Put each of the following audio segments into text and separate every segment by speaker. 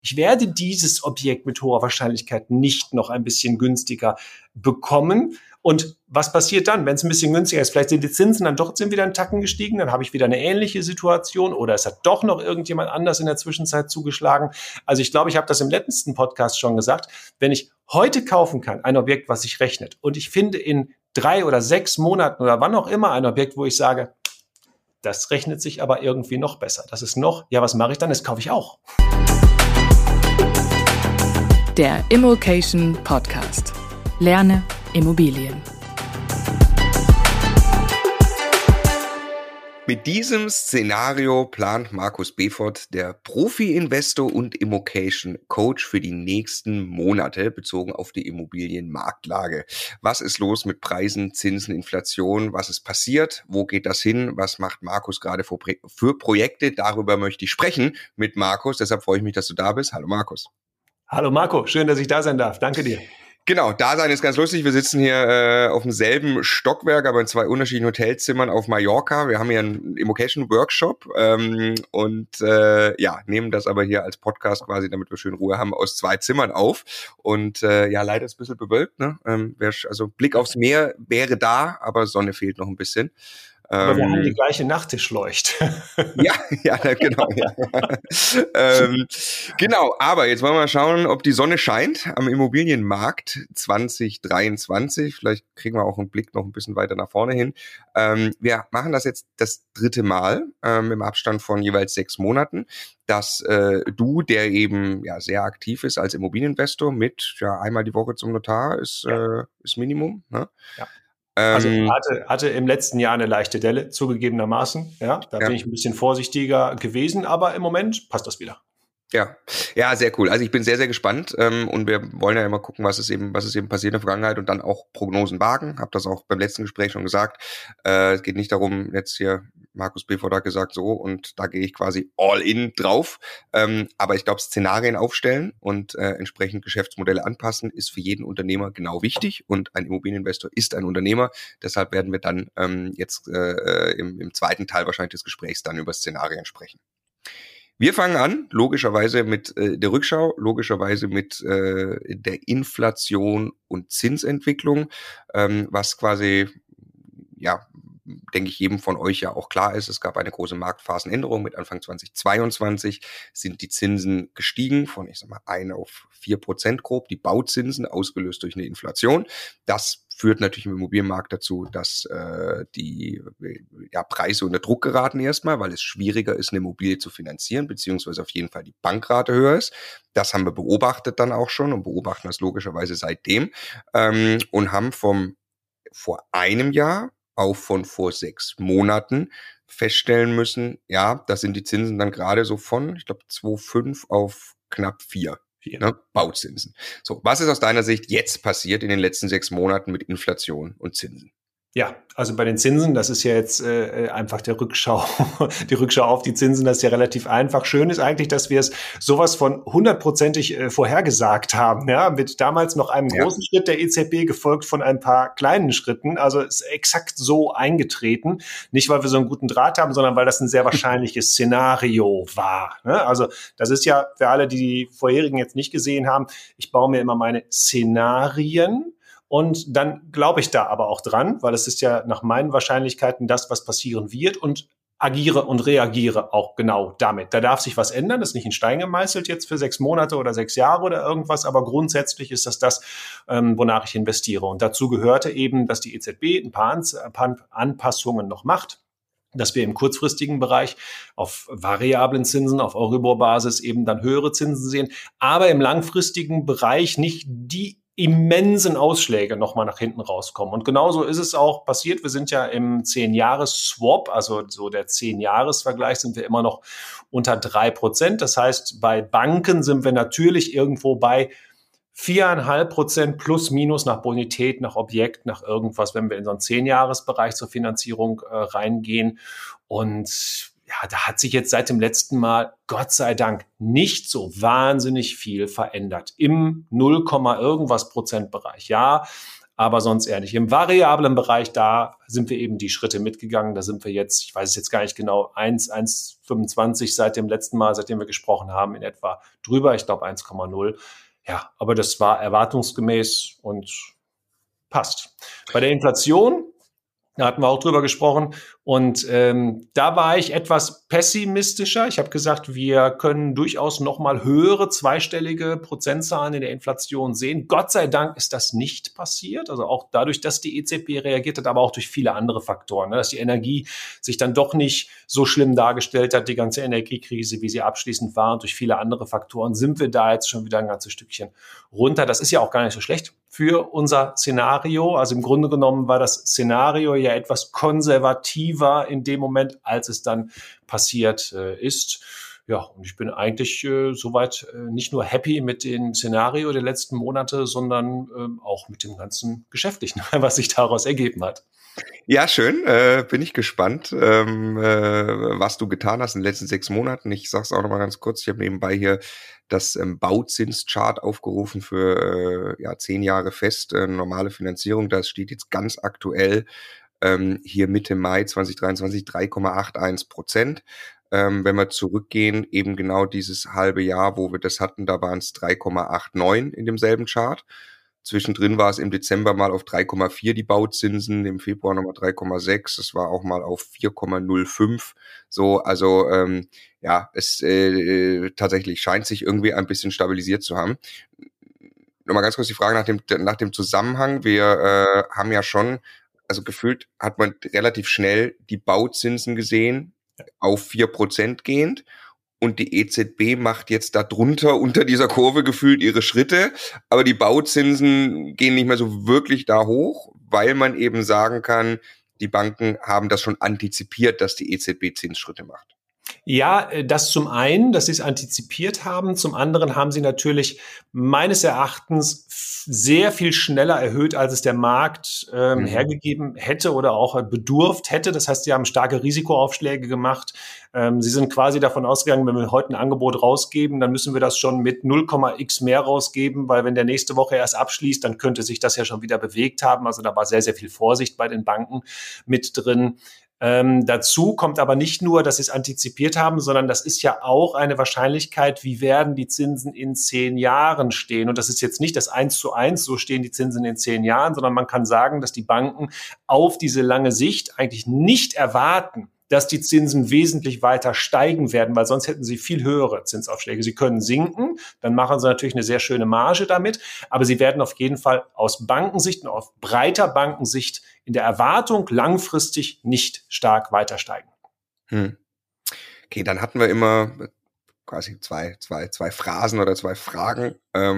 Speaker 1: ich werde dieses Objekt mit hoher Wahrscheinlichkeit nicht noch ein bisschen günstiger bekommen. Und was passiert dann, wenn es ein bisschen günstiger ist? Vielleicht sind die Zinsen dann doch wieder einen Tacken gestiegen, dann habe ich wieder eine ähnliche Situation oder es hat doch noch irgendjemand anders in der Zwischenzeit zugeschlagen. Also ich glaube, ich habe das im letzten Podcast schon gesagt, wenn ich heute kaufen kann, ein Objekt, was sich rechnet, und ich finde in 3 oder 6 Monaten oder wann auch immer ein Objekt, wo ich sage, das rechnet sich aber irgendwie noch besser. Das ist noch, ja, was mache ich dann? Das kaufe ich auch.
Speaker 2: Der Immokation Podcast. Lerne Immobilien.
Speaker 3: Mit diesem Szenario plant Markus Befort, der Profi-Investor und Immokation-Coach, für die nächsten Monate bezogen auf die Immobilienmarktlage. Was ist los mit Preisen, Zinsen, Inflation? Was ist passiert? Wo geht das hin? Was macht Markus gerade für Projekte? Darüber möchte ich sprechen mit Markus. Deshalb freue ich mich, dass du da bist. Hallo Markus.
Speaker 1: Hallo Marco, schön, dass ich da sein darf. Danke dir.
Speaker 3: Genau, Dasein ist ganz lustig. Wir sitzen hier auf demselben Stockwerk, aber in 2 unterschiedlichen Hotelzimmern auf Mallorca. Wir haben hier einen Immocation-Workshop nehmen das aber hier als Podcast quasi, damit wir schön Ruhe haben, aus 2 Zimmern auf. Und leider ist es ein bisschen bewölkt. Ne? Also Blick aufs Meer wäre da, aber Sonne fehlt noch ein bisschen.
Speaker 1: Aber wir haben die gleiche Nachttischleucht.
Speaker 3: Genau. Genau, aber jetzt wollen wir mal schauen, ob die Sonne scheint am Immobilienmarkt 2023. Vielleicht kriegen wir auch einen Blick noch ein bisschen weiter nach vorne hin. Wir machen das jetzt das 3. Mal im Abstand von jeweils 6 Monaten, dass du, der eben sehr aktiv ist als Immobilieninvestor mit einmal die Woche zum Notar ist Minimum. Ne? Ja.
Speaker 1: Also hatte im letzten Jahr eine leichte Delle, zugegebenermaßen. Da bin ich ein bisschen vorsichtiger gewesen, aber im Moment passt das wieder.
Speaker 3: Ja, sehr cool. Also ich bin sehr, sehr gespannt und wir wollen ja immer gucken, was ist eben passiert in der Vergangenheit und dann auch Prognosen wagen. Hab das auch beim letzten Gespräch schon gesagt. Es geht nicht darum, jetzt hier, Markus Befort hat gesagt so und da gehe ich quasi all in drauf. Aber ich glaube, Szenarien aufstellen und entsprechend Geschäftsmodelle anpassen ist für jeden Unternehmer genau wichtig und ein Immobilieninvestor ist ein Unternehmer. Deshalb werden wir dann jetzt im zweiten Teil wahrscheinlich des Gesprächs dann über Szenarien sprechen. Wir fangen an, logischerweise mit der Rückschau, logischerweise mit der Inflation und Zinsentwicklung, was quasi, denke ich, jedem von euch ja auch klar ist. Es gab eine große Marktphasenänderung. Mit Anfang 2022 sind die Zinsen gestiegen von, 1 auf 4% grob, die Bauzinsen, ausgelöst durch eine Inflation. Das führt natürlich im Immobilienmarkt dazu, dass die Preise unter Druck geraten erstmal, weil es schwieriger ist, eine Immobilie zu finanzieren, beziehungsweise auf jeden Fall die Bankrate höher ist. Das haben wir beobachtet dann auch schon und beobachten das logischerweise seitdem und haben vor einem Jahr auch von vor 6 Monaten feststellen müssen, da sind die Zinsen dann gerade so von, ich glaube, 2,5 auf knapp 4. Ne? Bauzinsen. So, was ist aus deiner Sicht jetzt passiert in den letzten 6 Monaten mit Inflation und Zinsen?
Speaker 1: Ja, also bei den Zinsen, das ist ja jetzt einfach die Rückschau auf die Zinsen, das ist ja relativ einfach. Schön ist eigentlich, dass wir es sowas von 100%ig vorhergesagt haben. Ja, mit damals noch einem großen Schritt der EZB gefolgt von ein paar kleinen Schritten. Also ist exakt so eingetreten. Nicht, weil wir so einen guten Draht haben, sondern weil das ein sehr wahrscheinliches Szenario war. Ne? Also das ist ja für alle, die die vorherigen jetzt nicht gesehen haben, ich baue mir immer meine Szenarien. Und dann glaube ich da aber auch dran, weil es ist ja nach meinen Wahrscheinlichkeiten das, was passieren wird und agiere und reagiere auch genau damit. Da darf sich was ändern, das ist nicht in Stein gemeißelt jetzt für 6 Monate oder 6 Jahre oder irgendwas, aber grundsätzlich ist das, wonach ich investiere. Und dazu gehörte eben, dass die EZB ein paar Anpassungen noch macht, dass wir im kurzfristigen Bereich auf variablen Zinsen, auf Euribor-Basis eben dann höhere Zinsen sehen, aber im langfristigen Bereich nicht die immensen Ausschläge nochmal nach hinten rauskommen. Und genauso ist es auch passiert. Wir sind ja im 10-Jahres-Swap, also so der 10-Jahres-Vergleich, sind wir immer noch unter 3%. Das heißt, bei Banken sind wir natürlich irgendwo bei 4,5% plus minus nach Bonität, nach Objekt, nach irgendwas, wenn wir in so einen 10-Jahres-Bereich zur Finanzierung reingehen. Und da hat sich jetzt seit dem letzten Mal, Gott sei Dank, nicht so wahnsinnig viel verändert. Im 0, irgendwas Prozentbereich. Ja, aber sonst eher nicht. Im variablen Bereich, da sind wir eben die Schritte mitgegangen. Da sind wir jetzt, ich weiß es jetzt gar nicht genau, 1,25 seit dem letzten Mal, seitdem wir gesprochen haben, in etwa drüber. Ich glaube 1,0. Ja, aber das war erwartungsgemäß und passt. Bei der Inflation, da hatten wir auch drüber gesprochen. Und da war ich etwas pessimistischer. Ich habe gesagt, wir können durchaus noch mal höhere zweistellige Prozentzahlen in der Inflation sehen. Gott sei Dank ist das nicht passiert. Also auch dadurch, dass die EZB reagiert hat, aber auch durch viele andere Faktoren. Ne? Dass die Energie sich dann doch nicht so schlimm dargestellt hat, die ganze Energiekrise, wie sie abschließend war. Und durch viele andere Faktoren sind wir da jetzt schon wieder ein ganzes Stückchen runter. Das ist ja auch gar nicht so schlecht für unser Szenario. Also im Grunde genommen war das Szenario ja etwas konservativer in dem Moment, als es dann passiert ist. Ja, und ich bin eigentlich soweit nicht nur happy mit dem Szenario der letzten Monate, sondern auch mit dem ganzen Geschäftlichen, was sich daraus ergeben hat.
Speaker 3: Ja, schön. Bin ich gespannt, was du getan hast in den letzten 6 Monaten. Ich sage es auch noch mal ganz kurz. Ich habe nebenbei hier das Bauzinschart aufgerufen für 10 Jahre fest, normale Finanzierung. Das steht jetzt ganz aktuell hier Mitte Mai 2023 3,81%. Wenn wir zurückgehen, eben genau dieses halbe Jahr, wo wir das hatten, da waren es 3,89 in demselben Chart. Zwischendrin war es im Dezember mal auf 3,4 die Bauzinsen, im Februar nochmal 3,6, es war auch mal auf 4,05. So, also es tatsächlich scheint sich irgendwie ein bisschen stabilisiert zu haben. Nochmal ganz kurz die Frage nach dem Zusammenhang. Wir haben ja schon, also gefühlt hat man relativ schnell die Bauzinsen gesehen, auf 4% gehend. Und die EZB macht jetzt darunter, unter dieser Kurve gefühlt ihre Schritte. Aber die Bauzinsen gehen nicht mehr so wirklich da hoch, weil man eben sagen kann, die Banken haben das schon antizipiert, dass die EZB Zinsschritte macht.
Speaker 1: Ja, das zum einen, dass sie es antizipiert haben. Zum anderen haben sie natürlich meines Erachtens sehr viel schneller erhöht, als es der Markt hergegeben hätte oder auch bedurft hätte. Das heißt, sie haben starke Risikoaufschläge gemacht. Sie sind quasi davon ausgegangen, wenn wir heute ein Angebot rausgeben, dann müssen wir das schon mit 0,x mehr rausgeben, weil wenn der nächste Woche erst abschließt, dann könnte sich das ja schon wieder bewegt haben. Also da war sehr, sehr viel Vorsicht bei den Banken mit drin. Dazu kommt aber nicht nur, dass sie es antizipiert haben, sondern das ist ja auch eine Wahrscheinlichkeit, wie werden die Zinsen in 10 Jahren stehen. Und das ist jetzt nicht das 1:1, so stehen die Zinsen in 10 Jahren, sondern man kann sagen, dass die Banken auf diese lange Sicht eigentlich nicht erwarten, dass die Zinsen wesentlich weiter steigen werden, weil sonst hätten sie viel höhere Zinsaufschläge. Sie können sinken, dann machen sie natürlich eine sehr schöne Marge damit, aber sie werden auf jeden Fall aus Bankensicht und auf breiter Bankensicht in der Erwartung langfristig nicht stark weiter steigen.
Speaker 3: Okay, dann hatten wir immer quasi zwei Phrasen oder 2 Fragen.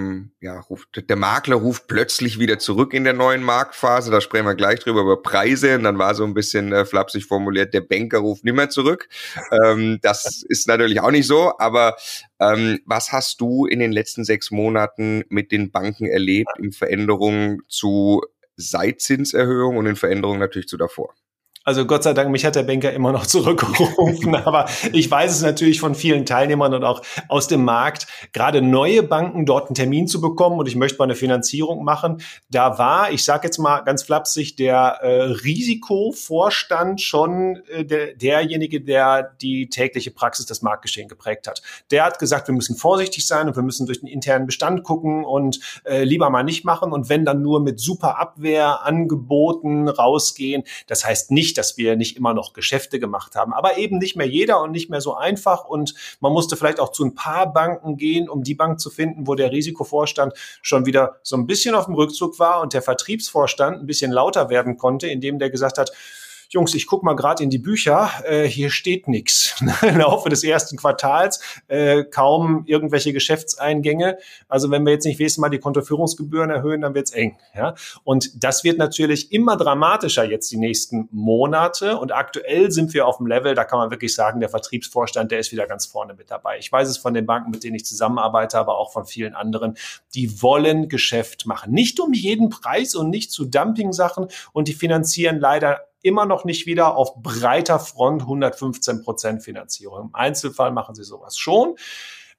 Speaker 3: Der Makler ruft plötzlich wieder zurück in der neuen Marktphase. Da sprechen wir gleich drüber, über Preise. Und dann war so ein bisschen flapsig formuliert, der Banker ruft nicht mehr zurück. Das ist natürlich auch nicht so. Aber was hast du in den letzten 6 Monaten mit den Banken erlebt in Veränderungen zu Seitzinserhöhung und in Veränderungen natürlich zu davor?
Speaker 1: Also Gott sei Dank, mich hat der Banker immer noch zurückgerufen, aber ich weiß es natürlich von vielen Teilnehmern und auch aus dem Markt, gerade neue Banken dort einen Termin zu bekommen und ich möchte mal eine Finanzierung machen. Da war, ich sage jetzt mal ganz flapsig, der Risikovorstand schon derjenige, der die tägliche Praxis des Marktgeschehens geprägt hat. Der hat gesagt, wir müssen vorsichtig sein und wir müssen durch den internen Bestand gucken und lieber mal nicht machen und wenn dann nur mit super Abwehrangeboten rausgehen. Das heißt nicht, dass wir nicht immer noch Geschäfte gemacht haben, aber eben nicht mehr jeder und nicht mehr so einfach und man musste vielleicht auch zu ein paar Banken gehen, um die Bank zu finden, wo der Risikovorstand schon wieder so ein bisschen auf dem Rückzug war und der Vertriebsvorstand ein bisschen lauter werden konnte, indem der gesagt hat, Jungs, ich gucke mal gerade in die Bücher, hier steht nichts. Im Laufe des ersten Quartals kaum irgendwelche Geschäftseingänge. Also wenn wir jetzt nicht nächstes Mal die Kontoführungsgebühren erhöhen, dann wird's eng. Ja? Und das wird natürlich immer dramatischer jetzt die nächsten Monate. Und aktuell sind wir auf dem Level, da kann man wirklich sagen, der Vertriebsvorstand, der ist wieder ganz vorne mit dabei. Ich weiß es von den Banken, mit denen ich zusammenarbeite, aber auch von vielen anderen. Die wollen Geschäft machen. Nicht um jeden Preis und nicht zu Dumping-Sachen. Und die finanzieren leider immer noch nicht wieder auf breiter Front 115% Finanzierung. Im Einzelfall machen sie sowas schon.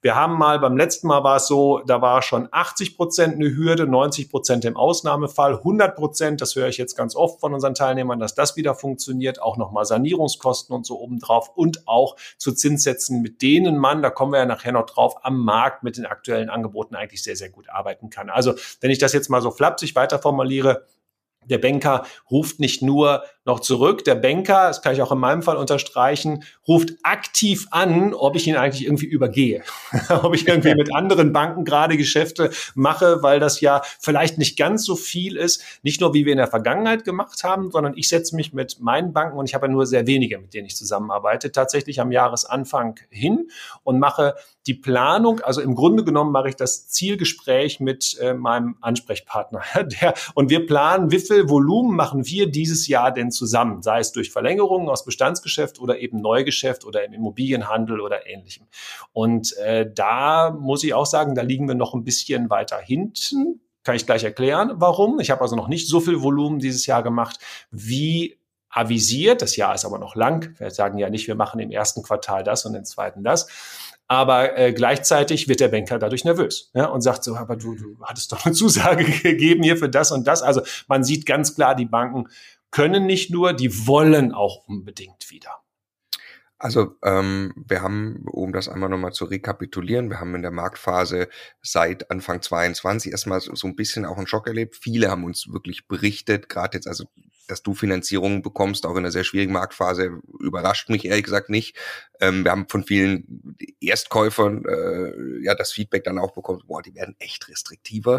Speaker 1: Wir haben beim letzten Mal war es so, da war schon 80% eine Hürde, 90% im Ausnahmefall, 100%, das höre ich jetzt ganz oft von unseren Teilnehmern, dass das wieder funktioniert, auch nochmal Sanierungskosten und so obendrauf und auch zu Zinssätzen, mit denen man, da kommen wir ja nachher noch drauf, am Markt mit den aktuellen Angeboten eigentlich sehr, sehr gut arbeiten kann. Also wenn ich das jetzt mal so flapsig weiter formuliere, der Banker ruft nicht nur noch zurück, der Banker, das kann ich auch in meinem Fall unterstreichen, ruft aktiv an, ob ich ihn eigentlich irgendwie übergehe, ob ich irgendwie mit anderen Banken gerade Geschäfte mache, weil das ja vielleicht nicht ganz so viel ist, nicht nur wie wir in der Vergangenheit gemacht haben, sondern ich setze mich mit meinen Banken, und ich habe ja nur sehr wenige, mit denen ich zusammenarbeite, tatsächlich am Jahresanfang hin und mache die Planung, also im Grunde genommen mache ich das Zielgespräch mit meinem Ansprechpartner. Und wir planen, wie viel Volumen machen wir dieses Jahr denn zusammen, sei es durch Verlängerungen aus Bestandsgeschäft oder eben Neugeschäft oder im Immobilienhandel oder Ähnlichem. Und da muss ich auch sagen, da liegen wir noch ein bisschen weiter hinten. Kann ich gleich erklären, warum. Ich habe also noch nicht so viel Volumen dieses Jahr gemacht, wie avisiert. Das Jahr ist aber noch lang. Wir sagen ja nicht, wir machen im ersten Quartal das und im zweiten das. Aber gleichzeitig wird der Banker dadurch nervös, ja, und sagt so, aber du hattest doch eine Zusage gegeben hier für das und das. Also man sieht ganz klar, die Banken können nicht nur, die wollen auch unbedingt wieder.
Speaker 3: Also wir haben, um das einmal nochmal zu rekapitulieren, wir haben in der Marktphase seit Anfang 22 erstmal so ein bisschen auch einen Schock erlebt. Viele haben uns wirklich berichtet, gerade jetzt, also dass du Finanzierungen bekommst, auch in einer sehr schwierigen Marktphase, überrascht mich ehrlich gesagt nicht. Wir haben von vielen Erstkäufern das Feedback dann auch bekommen, boah, die werden echt restriktiver.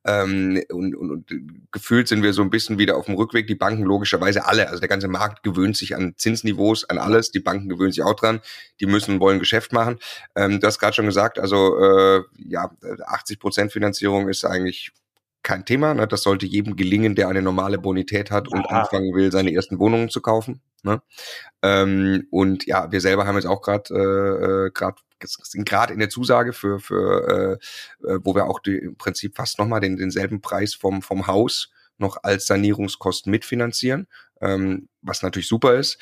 Speaker 3: Und gefühlt sind wir so ein bisschen wieder auf dem Rückweg. Die Banken logischerweise alle, also der ganze Markt gewöhnt sich an Zinsniveaus, an alles. Die Banken gewöhnen sich auch dran. Die wollen Geschäft machen. Du hast gerade schon gesagt, also 80% Finanzierung ist eigentlich kein Thema, ne? Das sollte jedem gelingen, der eine normale Bonität hat und anfangen will, seine ersten Wohnungen zu kaufen. Ne? Und ja, wir selber haben jetzt auch sind gerade in der Zusage für wo wir auch im Prinzip fast nochmal denselben Preis vom Haus noch als Sanierungskosten mitfinanzieren, was natürlich super ist.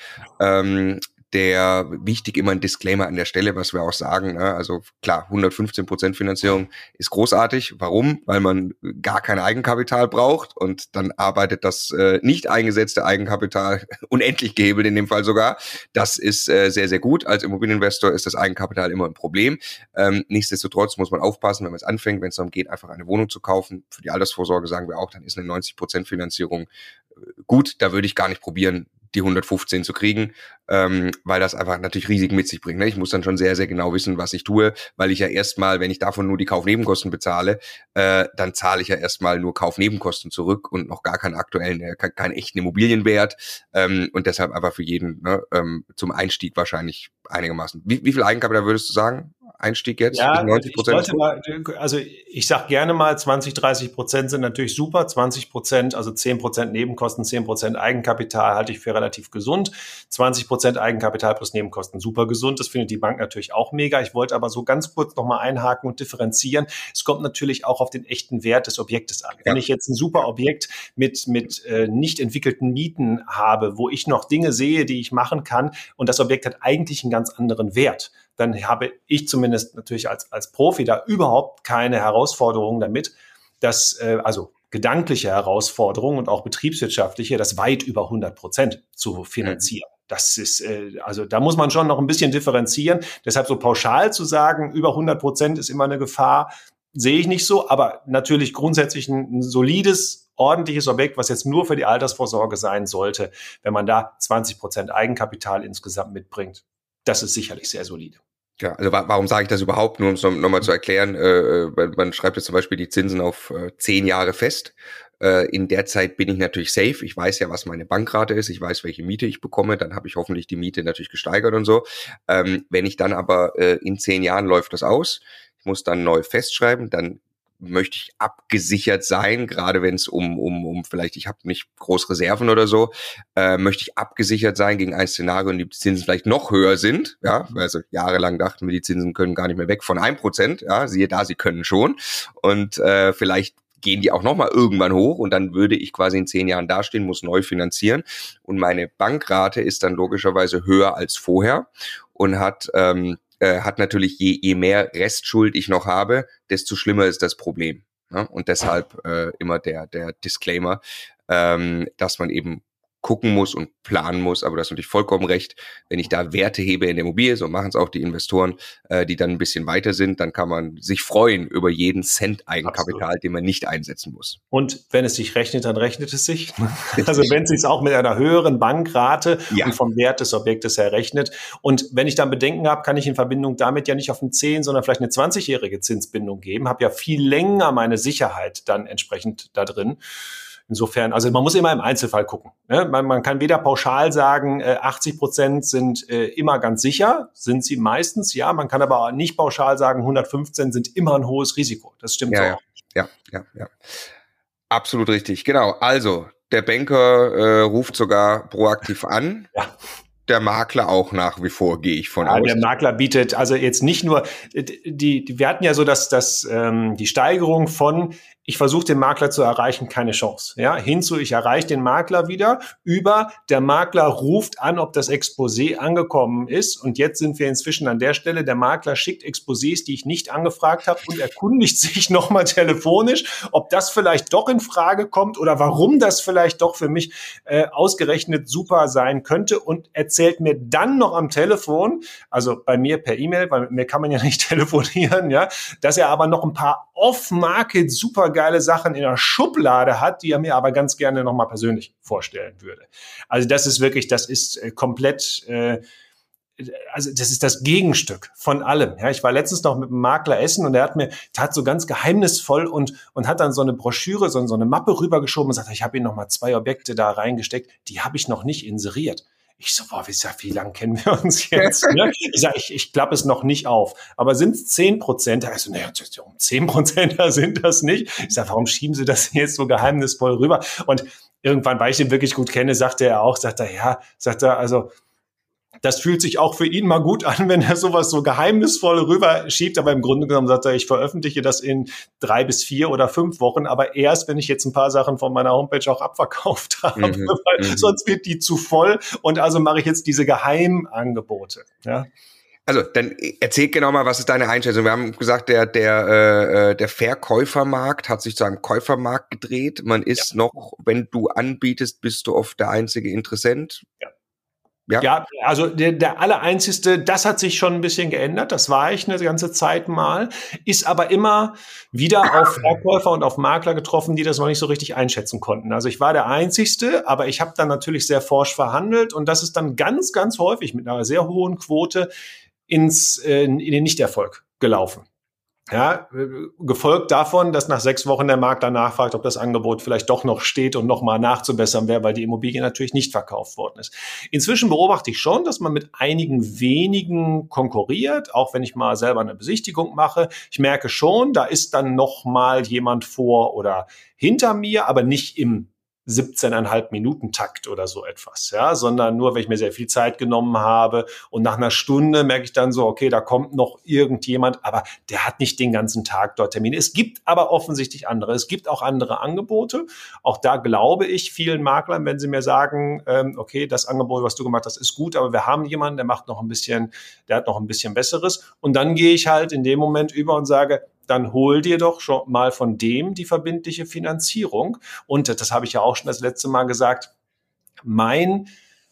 Speaker 3: Wichtig immer ein Disclaimer an der Stelle, was wir auch sagen, ne? Also klar, 115% Finanzierung ist großartig. Warum? Weil man gar kein Eigenkapital braucht und dann arbeitet das nicht eingesetzte Eigenkapital unendlich gehebelt in dem Fall sogar. Das ist sehr, sehr gut. Als Immobilieninvestor ist das Eigenkapital immer ein Problem. Nichtsdestotrotz muss man aufpassen, wenn man es anfängt, wenn es darum geht, einfach eine Wohnung zu kaufen. Für die Altersvorsorge sagen wir auch, dann ist eine 90% Finanzierung gut. Da würde ich gar nicht probieren, die 115 zu kriegen, weil das einfach natürlich Risiken mit sich bringt. Ne? Ich muss dann schon sehr, sehr genau wissen, was ich tue, weil ich ja erstmal, wenn ich davon nur die Kaufnebenkosten bezahle, dann zahle ich ja erstmal nur Kaufnebenkosten zurück und noch gar keinen aktuellen, keinen echten Immobilienwert, und deshalb einfach für jeden, ne, zum Einstieg wahrscheinlich einigermaßen. Wie viel Eigenkapital würdest du sagen? Einstieg jetzt?
Speaker 1: Ja,
Speaker 3: 90%?
Speaker 1: also ich sag gerne mal, 20-30% sind natürlich super, 20%, also 10% Nebenkosten, 10% Eigenkapital halte ich für relativ gesund, 20% Eigenkapital plus Nebenkosten super gesund, das findet die Bank natürlich auch mega. Ich wollte aber so ganz kurz nochmal einhaken und differenzieren. Es kommt natürlich auch auf den echten Wert des Objektes an. Ja. Wenn ich jetzt ein super Objekt mit nicht entwickelten Mieten habe, wo ich noch Dinge sehe, die ich machen kann, und das Objekt hat eigentlich einen ganz anderen Wert, dann habe ich zumindest natürlich als Profi da überhaupt keine Herausforderung damit, dass also gedankliche Herausforderungen und auch betriebswirtschaftliche, das weit über 100% zu finanzieren. Das ist, also da muss man schon noch ein bisschen differenzieren. Deshalb so pauschal zu sagen, über 100% ist immer eine Gefahr, sehe ich nicht so, aber natürlich grundsätzlich ein solides, ordentliches Objekt, was jetzt nur für die Altersvorsorge sein sollte, wenn man da 20% Eigenkapital insgesamt mitbringt. Das ist sicherlich sehr solide.
Speaker 3: Ja, also warum sage ich das überhaupt? Nur um es nochmal zu erklären, man schreibt jetzt zum Beispiel die Zinsen auf 10 Jahre fest. In der Zeit bin ich natürlich safe. Ich weiß ja, was meine Bankrate ist. Ich weiß, welche Miete ich bekomme. Dann habe ich hoffentlich die Miete natürlich gesteigert und so. Wenn ich dann aber in 10 Jahren läuft das aus, ich muss dann neu festschreiben, dann möchte ich abgesichert sein, gerade wenn es um vielleicht, ich habe nicht groß Reserven oder so, möchte ich abgesichert sein gegen ein Szenario, in dem die Zinsen vielleicht noch höher sind. Ja, also jahrelang dachten wir, die Zinsen können gar nicht mehr weg von 1%. Ja, siehe da, sie können schon. Und vielleicht gehen die auch nochmal irgendwann hoch und dann würde ich quasi in 10 Jahren dastehen, muss neu finanzieren. Und meine Bankrate ist dann logischerweise höher als vorher und hat hat natürlich, je mehr Restschuld ich noch habe, desto schlimmer ist das Problem. Ja? Und deshalb immer der Disclaimer, dass man eben gucken muss und planen muss, aber du hast natürlich vollkommen recht, wenn ich da Werte hebe in der Immobilie, so machen es auch die Investoren, die dann ein bisschen weiter sind, dann kann man sich freuen über jeden Cent Eigenkapital, absolut, den man nicht einsetzen muss.
Speaker 1: Und wenn es sich rechnet, dann rechnet es sich. Also wenn es sich auch mit einer höheren Bankrate und vom Wert des Objektes her rechnet. Und wenn ich dann Bedenken habe, kann ich in Verbindung damit ja nicht auf eine 10, sondern vielleicht eine 20-jährige Zinsbindung geben, habe ja viel länger meine Sicherheit dann entsprechend da drin. Insofern, also man muss immer im Einzelfall gucken. Ne? Man kann weder pauschal sagen, 80% sind immer ganz sicher, sind sie meistens, ja. Man kann aber auch nicht pauschal sagen, 115 sind immer ein hohes Risiko. Das stimmt so auch nicht.
Speaker 3: Ja. Absolut richtig. Genau. Also, der Banker ruft sogar proaktiv an. Ja. Der Makler auch nach wie vor, gehe ich von aus.
Speaker 1: Der Makler bietet also jetzt nicht nur, wir hatten ja so, dass die Steigerung von ich versuche den Makler zu erreichen, keine Chance. Ja, hinzu, ich erreiche den Makler wieder über, der Makler ruft an, ob das Exposé angekommen ist. Und jetzt sind wir inzwischen an der Stelle, der Makler schickt Exposés, die ich nicht angefragt habe und erkundigt sich nochmal telefonisch, ob das vielleicht doch in Frage kommt oder warum das vielleicht doch für mich ausgerechnet super sein könnte und erzählt mir dann noch am Telefon, also bei mir per E-Mail, weil mit mir kann man ja nicht telefonieren, ja, dass er aber noch ein paar off-market super geile Sachen in der Schublade hat, die er mir aber ganz gerne nochmal persönlich vorstellen würde. Also das ist wirklich, das ist komplett, also das ist das Gegenstück von allem. Ja, ich war letztens noch mit einem Makler essen und er tat so ganz geheimnisvoll und hat dann so eine Broschüre, so eine Mappe rübergeschoben und sagte, ich habe Ihnen nochmal 2 Objekte da reingesteckt, die habe ich noch nicht inseriert. Ich so, wie lange kennen wir uns jetzt? Ne? Ich sage, ich klappe es noch nicht auf. Aber sind es 10%? Er so, naja, um 10% sind das nicht. Ich sage, warum schieben Sie das jetzt so geheimnisvoll rüber? Und irgendwann, weil ich ihn wirklich gut kenne, sagt er, also das fühlt sich auch für ihn mal gut an, wenn er sowas so geheimnisvoll rüberschiebt. Aber im Grunde genommen sagt er, ich veröffentliche das in 3 bis 4 oder 5 Wochen, aber erst, wenn ich jetzt ein paar Sachen von meiner Homepage auch abverkauft habe, weil sonst wird die zu voll. Und also mache ich jetzt diese Geheimangebote. Ja.
Speaker 3: Also, dann erzähl genau mal, was ist deine Einschätzung? Wir haben gesagt, der Verkäufermarkt hat sich zu einem Käufermarkt gedreht. Man ist noch, wenn du anbietest, bist du oft der einzige Interessent.
Speaker 1: Ja, also der allereinzigste, das hat sich schon ein bisschen geändert, das war ich eine ganze Zeit mal, ist aber immer wieder auf Verkäufer und auf Makler getroffen, die das noch nicht so richtig einschätzen konnten. Also ich war der Einzigste, aber ich habe dann natürlich sehr forsch verhandelt und das ist dann ganz, ganz häufig mit einer sehr hohen Quote in den Nichterfolg gelaufen. Ja, gefolgt davon, dass nach 6 Wochen der Makler nachfragt, ob das Angebot vielleicht doch noch steht und nochmal nachzubessern wäre, weil die Immobilie natürlich nicht verkauft worden ist. Inzwischen beobachte ich schon, dass man mit einigen wenigen konkurriert, auch wenn ich mal selber eine Besichtigung mache. Ich merke schon, da ist dann nochmal jemand vor oder hinter mir, aber nicht im 17,5 Minuten Takt oder so etwas, ja, sondern nur, wenn ich mir sehr viel Zeit genommen habe und nach einer Stunde merke ich dann so, okay, da kommt noch irgendjemand, aber der hat nicht den ganzen Tag dort Termine. Es gibt aber offensichtlich andere. Es gibt auch andere Angebote. Auch da glaube ich vielen Maklern, wenn sie mir sagen, okay, das Angebot, was du gemacht hast, ist gut, aber wir haben jemanden, der hat noch ein bisschen Besseres. Und dann gehe ich halt in dem Moment über und sage, dann hol dir doch schon mal von dem die verbindliche Finanzierung. Und das habe ich ja auch schon das letzte Mal gesagt, mein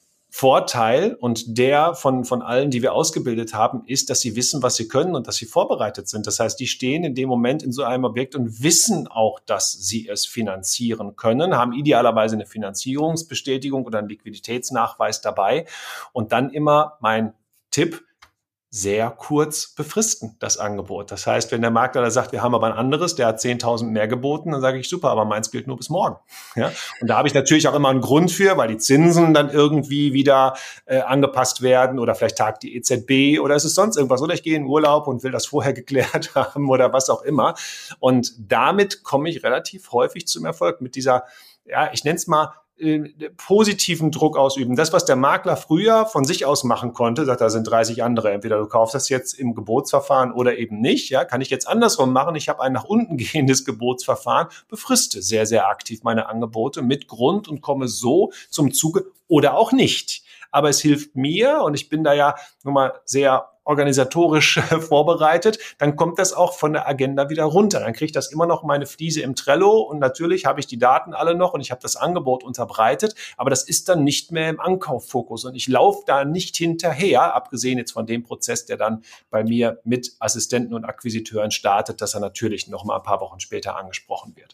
Speaker 1: Vorteil und der von allen, die wir ausgebildet haben, ist, dass sie wissen, was sie können und dass sie vorbereitet sind. Das heißt, die stehen in dem Moment in so einem Objekt und wissen auch, dass sie es finanzieren können, haben idealerweise eine Finanzierungsbestätigung oder einen Liquiditätsnachweis dabei. Und dann immer mein Tipp, sehr kurz befristen, das Angebot. Das heißt, wenn der Makler da sagt, wir haben aber ein anderes, der hat 10.000 mehr geboten, dann sage ich, super, aber meins gilt nur bis morgen. Ja? Und da habe ich natürlich auch immer einen Grund für, weil die Zinsen dann irgendwie wieder angepasst werden oder vielleicht tagt die EZB oder es ist sonst irgendwas. Oder ich gehe in Urlaub und will das vorher geklärt haben oder was auch immer. Und damit komme ich relativ häufig zum Erfolg mit dieser, ja, ich nenne es mal, positiven Druck ausüben. Das, was der Makler früher von sich aus machen konnte, sagt, da sind 30 andere. Entweder du kaufst das jetzt im Gebotsverfahren oder eben nicht. Ja, kann ich jetzt andersrum machen. Ich habe ein nach unten gehendes Gebotsverfahren, befriste sehr, sehr aktiv meine Angebote mit Grund und komme so zum Zuge oder auch nicht. Aber es hilft mir und ich bin da ja nun mal sehr organisatorisch vorbereitet, dann kommt das auch von der Agenda wieder runter. Dann kriege ich das immer noch meine Fliese im Trello und natürlich habe ich die Daten alle noch und ich habe das Angebot unterbreitet, aber das ist dann nicht mehr im Ankauffokus und ich laufe da nicht hinterher, abgesehen jetzt von dem Prozess, der dann bei mir mit Assistenten und Akquisiteuren startet, dass er natürlich noch mal ein paar Wochen später angesprochen wird.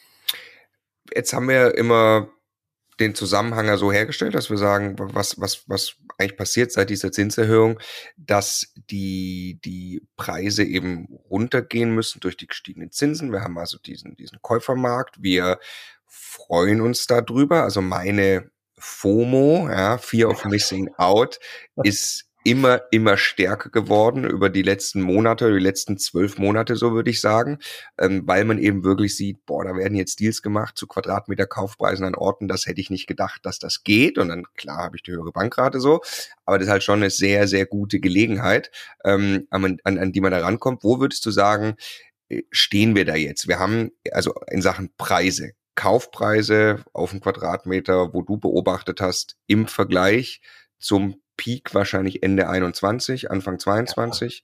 Speaker 3: Jetzt haben wir immer den Zusammenhang ja so hergestellt, dass wir sagen, was eigentlich passiert seit dieser Zinserhöhung, dass die Preise eben runtergehen müssen durch die gestiegenen Zinsen. Wir haben also diesen Käufermarkt. Wir freuen uns darüber. Also meine FOMO, Fear of Missing Out, ist immer stärker geworden über die letzten Monate, die letzten 12 Monate, so würde ich sagen, weil man eben wirklich sieht, da werden jetzt Deals gemacht zu Quadratmeter Kaufpreisen an Orten, das hätte ich nicht gedacht, dass das geht, und dann, klar, habe ich die höhere Bankrate so, aber das ist halt schon eine sehr, sehr gute Gelegenheit, an die man da rankommt. Wo würdest du sagen, stehen wir da jetzt? Wir haben also in Sachen Preise, Kaufpreise auf einen Quadratmeter, wo du beobachtet hast, im Vergleich zum Peak wahrscheinlich Ende 21, Anfang 22,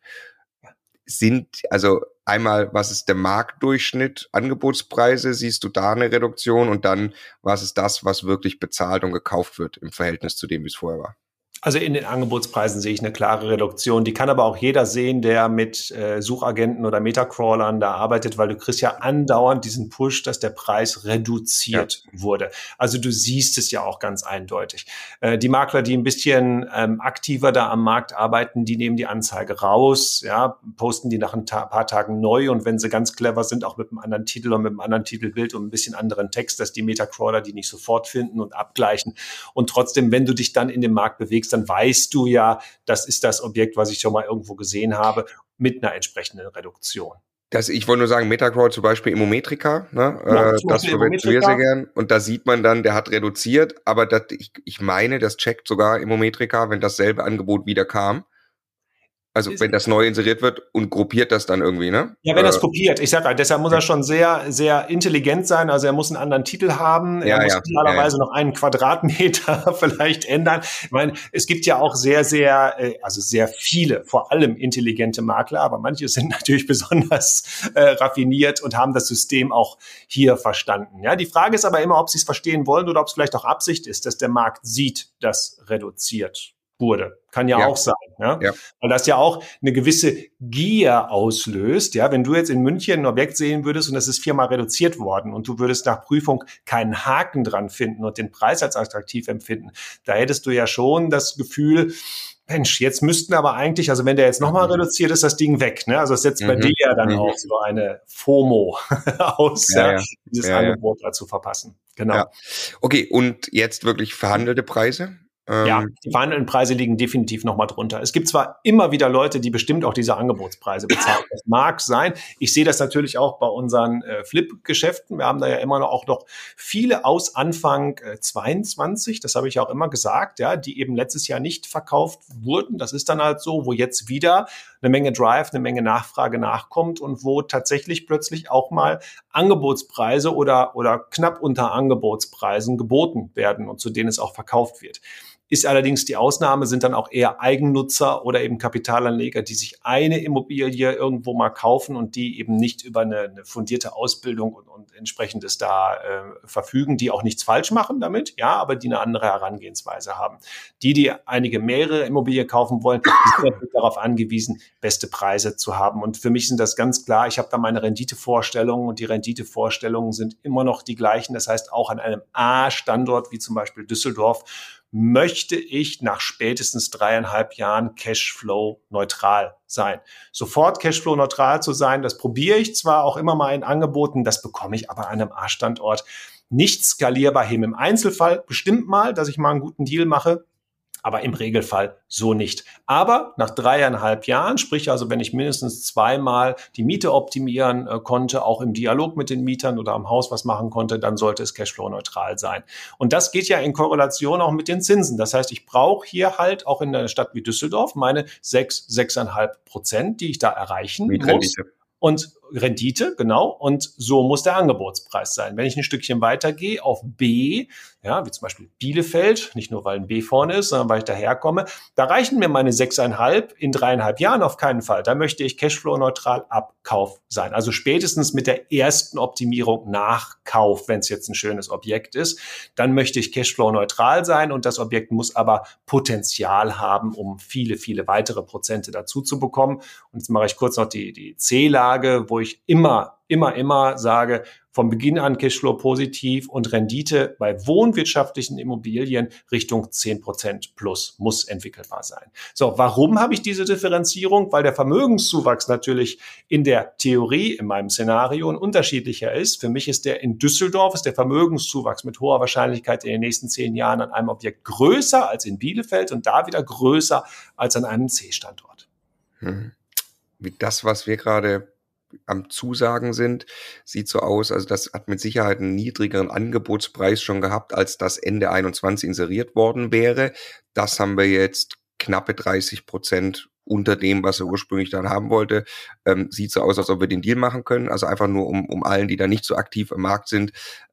Speaker 3: sind, also einmal, was ist der Marktdurchschnitt, Angebotspreise, siehst du da eine Reduktion, und dann, was ist das, was wirklich bezahlt und gekauft wird im Verhältnis zu dem, wie es vorher war?
Speaker 1: Also in den Angebotspreisen sehe ich eine klare Reduktion. Die kann aber auch jeder sehen, der mit Suchagenten oder Metacrawlern da arbeitet, weil du kriegst ja andauernd diesen Push, dass der Preis reduziert wurde. Also du siehst es ja auch ganz eindeutig. Die Makler, die ein bisschen aktiver da am Markt arbeiten, die nehmen die Anzeige raus, posten die nach ein paar Tagen neu, und wenn sie ganz clever sind, auch mit einem anderen Titel und mit einem anderen Titelbild und ein bisschen anderen Text, dass die Metacrawler die nicht sofort finden und abgleichen. Und trotzdem, wenn du dich dann in dem Markt bewegst, dann weißt du ja, das ist das Objekt, was ich schon mal irgendwo gesehen habe, mit einer entsprechenden Reduktion.
Speaker 3: Ich wollte nur sagen, Metacrawl zum Beispiel Immometrika, das verwenden wir sehr gern. Und da sieht man dann, der hat reduziert, aber ich meine, das checkt sogar Immometrika, wenn dasselbe Angebot wieder kam. Also wenn das neu inseriert wird und gruppiert das dann irgendwie, ne?
Speaker 1: Ja, wenn das kopiert. Ich sage, deshalb muss er schon sehr, sehr intelligent sein. Also er muss einen anderen Titel haben. Er muss idealerweise noch einen Quadratmeter vielleicht ändern. Ich meine, es gibt ja auch sehr, sehr, also sehr viele, vor allem intelligente Makler, aber manche sind natürlich besonders raffiniert und haben das System auch hier verstanden. Ja, die Frage ist aber immer, ob sie es verstehen wollen oder ob es vielleicht auch Absicht ist, dass der Markt sieht, dass reduziert wurde. Kann ja auch sein, ja? Weil das ja auch eine gewisse Gier auslöst. Ja, wenn du jetzt in München ein Objekt sehen würdest und es ist 4-mal reduziert worden und du würdest nach Prüfung keinen Haken dran finden und den Preis als attraktiv empfinden, da hättest du ja schon das Gefühl, Mensch, jetzt müssten aber eigentlich, also wenn der jetzt nochmal reduziert, ist das Ding weg, ne? Also es setzt bei dir ja dann auch so eine FOMO aus, dieses Angebot dazu verpassen. Genau.
Speaker 3: Ja. Okay, und jetzt wirklich verhandelte Preise?
Speaker 1: Ja, die verhandelten Preise liegen definitiv noch mal drunter. Es gibt zwar immer wieder Leute, die bestimmt auch diese Angebotspreise bezahlen. Das mag sein. Ich sehe das natürlich auch bei unseren Flip-Geschäften. Wir haben da ja immer noch viele aus Anfang 22, das habe ich auch immer gesagt, ja, die eben letztes Jahr nicht verkauft wurden. Das ist dann halt so, wo jetzt wieder eine Menge Drive, eine Menge Nachfrage nachkommt und wo tatsächlich plötzlich auch mal Angebotspreise oder knapp unter Angebotspreisen geboten werden und zu denen es auch verkauft wird. Ist allerdings die Ausnahme, sind dann auch eher Eigennutzer oder eben Kapitalanleger, die sich eine Immobilie irgendwo mal kaufen und die eben nicht über eine fundierte Ausbildung und entsprechendes da verfügen, die auch nichts falsch machen damit, ja, aber die eine andere Herangehensweise haben. Die mehrere Immobilien kaufen wollen, die sind natürlich darauf angewiesen, beste Preise zu haben. Und für mich sind das ganz klar, ich habe da meine Renditevorstellungen und die Renditevorstellungen sind immer noch die gleichen. Das heißt, auch an einem A-Standort wie zum Beispiel Düsseldorf möchte ich nach spätestens 3,5 Jahren Cashflow-neutral sein. Sofort Cashflow-neutral zu sein, das probiere ich zwar auch immer mal in Angeboten, das bekomme ich aber an einem A-Standort nicht skalierbar hin. Im Einzelfall bestimmt mal, dass ich mal einen guten Deal mache, aber im Regelfall so nicht. Aber nach 3,5 Jahren, sprich also, wenn ich mindestens 2-mal die Miete optimieren konnte, auch im Dialog mit den Mietern oder am Haus was machen konnte, dann sollte es Cashflow-neutral sein. Und das geht ja in Korrelation auch mit den Zinsen. Das heißt, ich brauche hier halt auch in einer Stadt wie Düsseldorf meine 6,5%, die ich da erreichen muss. Und Rendite, genau, und so muss der Angebotspreis sein. Wenn ich ein Stückchen weitergehe auf B, ja, wie zum Beispiel Bielefeld, nicht nur weil ein B vorne ist, sondern weil ich daherkomme, da reichen mir meine 6,5 in 3,5 Jahren auf keinen Fall. Da möchte ich Cashflow-neutral ab Kauf sein. Also spätestens mit der ersten Optimierung nach Kauf, wenn es jetzt ein schönes Objekt ist, dann möchte ich Cashflow-neutral sein und das Objekt muss aber Potenzial haben, um viele, viele weitere Prozente dazu zu bekommen. Und jetzt mache ich kurz noch die C-Lage, wo ich immer sage, von Beginn an Cashflow positiv und Rendite bei wohnwirtschaftlichen Immobilien Richtung 10% plus muss entwickelbar sein. So, warum habe ich diese Differenzierung? Weil der Vermögenszuwachs natürlich in der Theorie, in meinem Szenario, ein unterschiedlicher ist. Für mich ist der in Düsseldorf, ist der Vermögenszuwachs mit hoher Wahrscheinlichkeit in den nächsten 10 Jahren an einem Objekt größer als in Bielefeld und da wieder größer als an einem C-Standort.
Speaker 3: Wie das, was wir gerade am Zusagen sind, sieht so aus, also das hat mit Sicherheit einen niedrigeren Angebotspreis schon gehabt, als das Ende 21 inseriert worden wäre. Das haben wir jetzt knappe 30% unter dem, was er ursprünglich dann haben wollte. Sieht so aus, als ob wir den Deal machen können. Also einfach nur um allen, die da nicht so aktiv im Markt sind,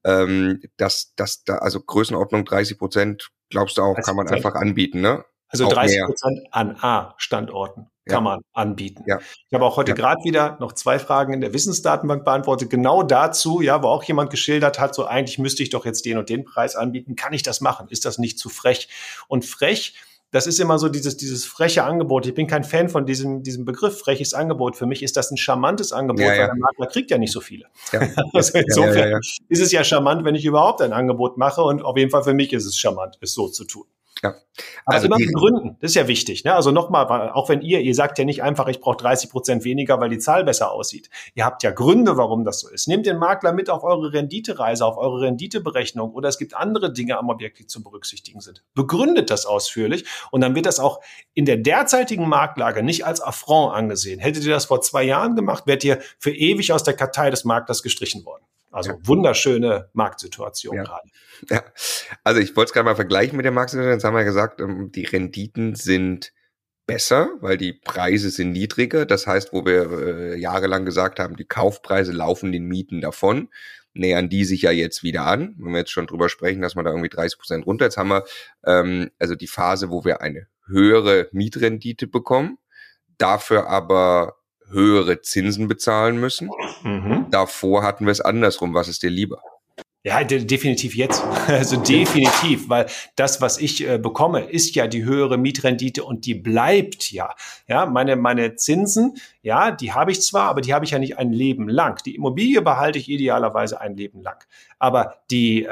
Speaker 3: dass da, also Größenordnung 30%, glaubst du auch, kann man einfach anbieten, ne?
Speaker 1: Also 30% an A-Standorten kann man anbieten. Ja. Ich habe auch heute gerade wieder noch 2 Fragen in der Wissensdatenbank beantwortet, genau dazu, ja, wo auch jemand geschildert hat, so eigentlich müsste ich doch jetzt den und den Preis anbieten. Kann ich das machen? Ist das nicht zu frech? Und frech, das ist immer so dieses freche Angebot. Ich bin kein Fan von diesem Begriff, freches Angebot. Für mich ist das ein charmantes Angebot, weil der Makler kriegt ja nicht so viele. Ja. Also insofern ist es ja charmant, wenn ich überhaupt ein Angebot mache und auf jeden Fall für mich ist es charmant, es so zu tun. Ja. Also immer begründen, das ist ja wichtig. Ne? Also nochmal, auch wenn ihr sagt ja nicht einfach, ich brauche 30% weniger, weil die Zahl besser aussieht. Ihr habt ja Gründe, warum das so ist. Nehmt den Makler mit auf eure Renditereise, auf eure Renditeberechnung oder es gibt andere Dinge am Objekt, die zu berücksichtigen sind. Begründet das ausführlich und dann wird das auch in der derzeitigen Marktlage nicht als Affront angesehen. Hättet ihr das vor 2 Jahren gemacht, wärt ihr für ewig aus der Kartei des Maklers gestrichen worden. Also wunderschöne Marktsituation gerade.
Speaker 3: Ja, also ich wollte es gerade mal vergleichen mit der Marktsituation. Jetzt haben wir gesagt, die Renditen sind besser, weil die Preise sind niedriger. Das heißt, wo wir jahrelang gesagt haben, die Kaufpreise laufen den Mieten davon, nähern die sich ja jetzt wieder an. Wenn wir jetzt schon drüber sprechen, dass man da irgendwie 30% runter. Jetzt haben wir also die Phase, wo wir eine höhere Mietrendite bekommen, dafür aber höhere Zinsen bezahlen müssen. Davor hatten wir es andersrum. Was ist dir lieber?
Speaker 1: Ja, definitiv jetzt. Also definitiv, weil das, was ich bekomme, ist ja die höhere Mietrendite und die bleibt ja. Ja, meine Zinsen, ja, die habe ich zwar, aber die habe ich ja nicht ein Leben lang. Die Immobilie behalte ich idealerweise ein Leben lang. Aber die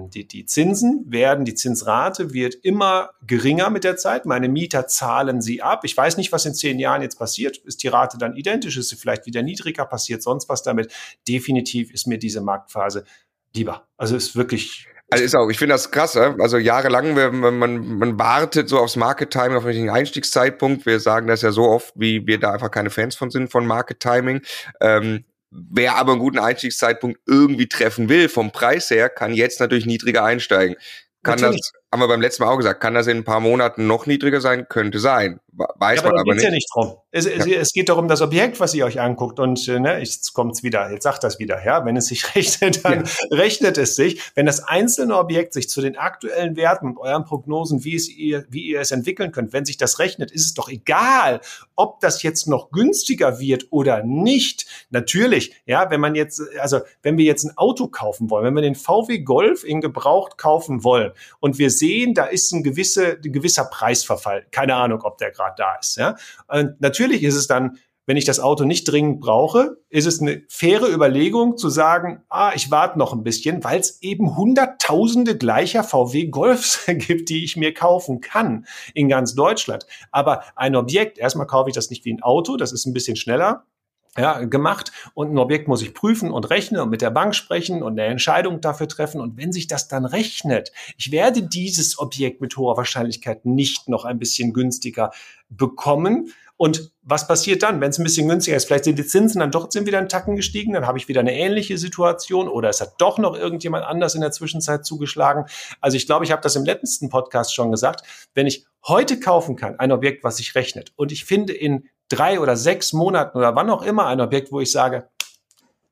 Speaker 1: Zinsen die Zinsrate wird immer geringer mit der Zeit. Meine Mieter zahlen sie ab. Ich weiß nicht, was in 10 Jahren jetzt passiert. Ist die Rate dann identisch? Ist sie vielleicht wieder niedriger? Passiert sonst was damit? Definitiv ist mir diese Marktphase lieber. Also ist wirklich...
Speaker 3: Also ist auch, ich finde das krass, also jahrelang, man wartet so aufs Market Timing, auf den Einstiegszeitpunkt. Wir sagen das ja so oft, wie wir da einfach keine Fans von sind, von Market Timing. Wer aber einen guten Einstiegszeitpunkt irgendwie treffen will, vom Preis her, kann jetzt natürlich niedriger einsteigen. Kann natürlich. Das, haben wir beim letzten Mal auch gesagt, kann das in ein paar Monaten noch niedriger sein? Könnte sein. Weiß man aber nicht.
Speaker 1: Ja nicht drum. Es geht darum, das Objekt, was ihr euch anguckt und jetzt kommt's wieder, jetzt sagt das wieder, ja, wenn es sich rechnet, dann rechnet es sich. Wenn das einzelne Objekt sich zu den aktuellen Werten und euren Prognosen, wie ihr es entwickeln könnt, wenn sich das rechnet, ist es doch egal, ob das jetzt noch günstiger wird oder nicht. Natürlich, ja, wenn wir jetzt ein Auto kaufen wollen, wenn wir den VW Golf in Gebraucht kaufen wollen und wir sehen, da ist ein gewisser Preisverfall. Keine Ahnung, ob der gerade da ist. Ja? Und natürlich ist es dann, wenn ich das Auto nicht dringend brauche, ist es eine faire Überlegung zu sagen, ich warte noch ein bisschen, weil es eben Hunderttausende gleicher VW Golfs gibt, die ich mir kaufen kann in ganz Deutschland. Aber ein Objekt, erstmal kaufe ich das nicht wie ein Auto, das ist ein bisschen schneller gemacht und ein Objekt muss ich prüfen und rechnen und mit der Bank sprechen und eine Entscheidung dafür treffen und wenn sich das dann rechnet, ich werde dieses Objekt mit hoher Wahrscheinlichkeit nicht noch ein bisschen günstiger bekommen und was passiert dann, wenn es ein bisschen günstiger ist? Vielleicht sind die Zinsen dann doch wieder einen Tacken gestiegen, dann habe ich wieder eine ähnliche Situation oder es hat doch noch irgendjemand anders in der Zwischenzeit zugeschlagen. Also ich glaube, ich habe das im letzten Podcast schon gesagt, wenn ich heute kaufen kann, ein Objekt, was sich rechnet und ich finde in 3 oder 6 Monaten oder wann auch immer ein Objekt, wo ich sage,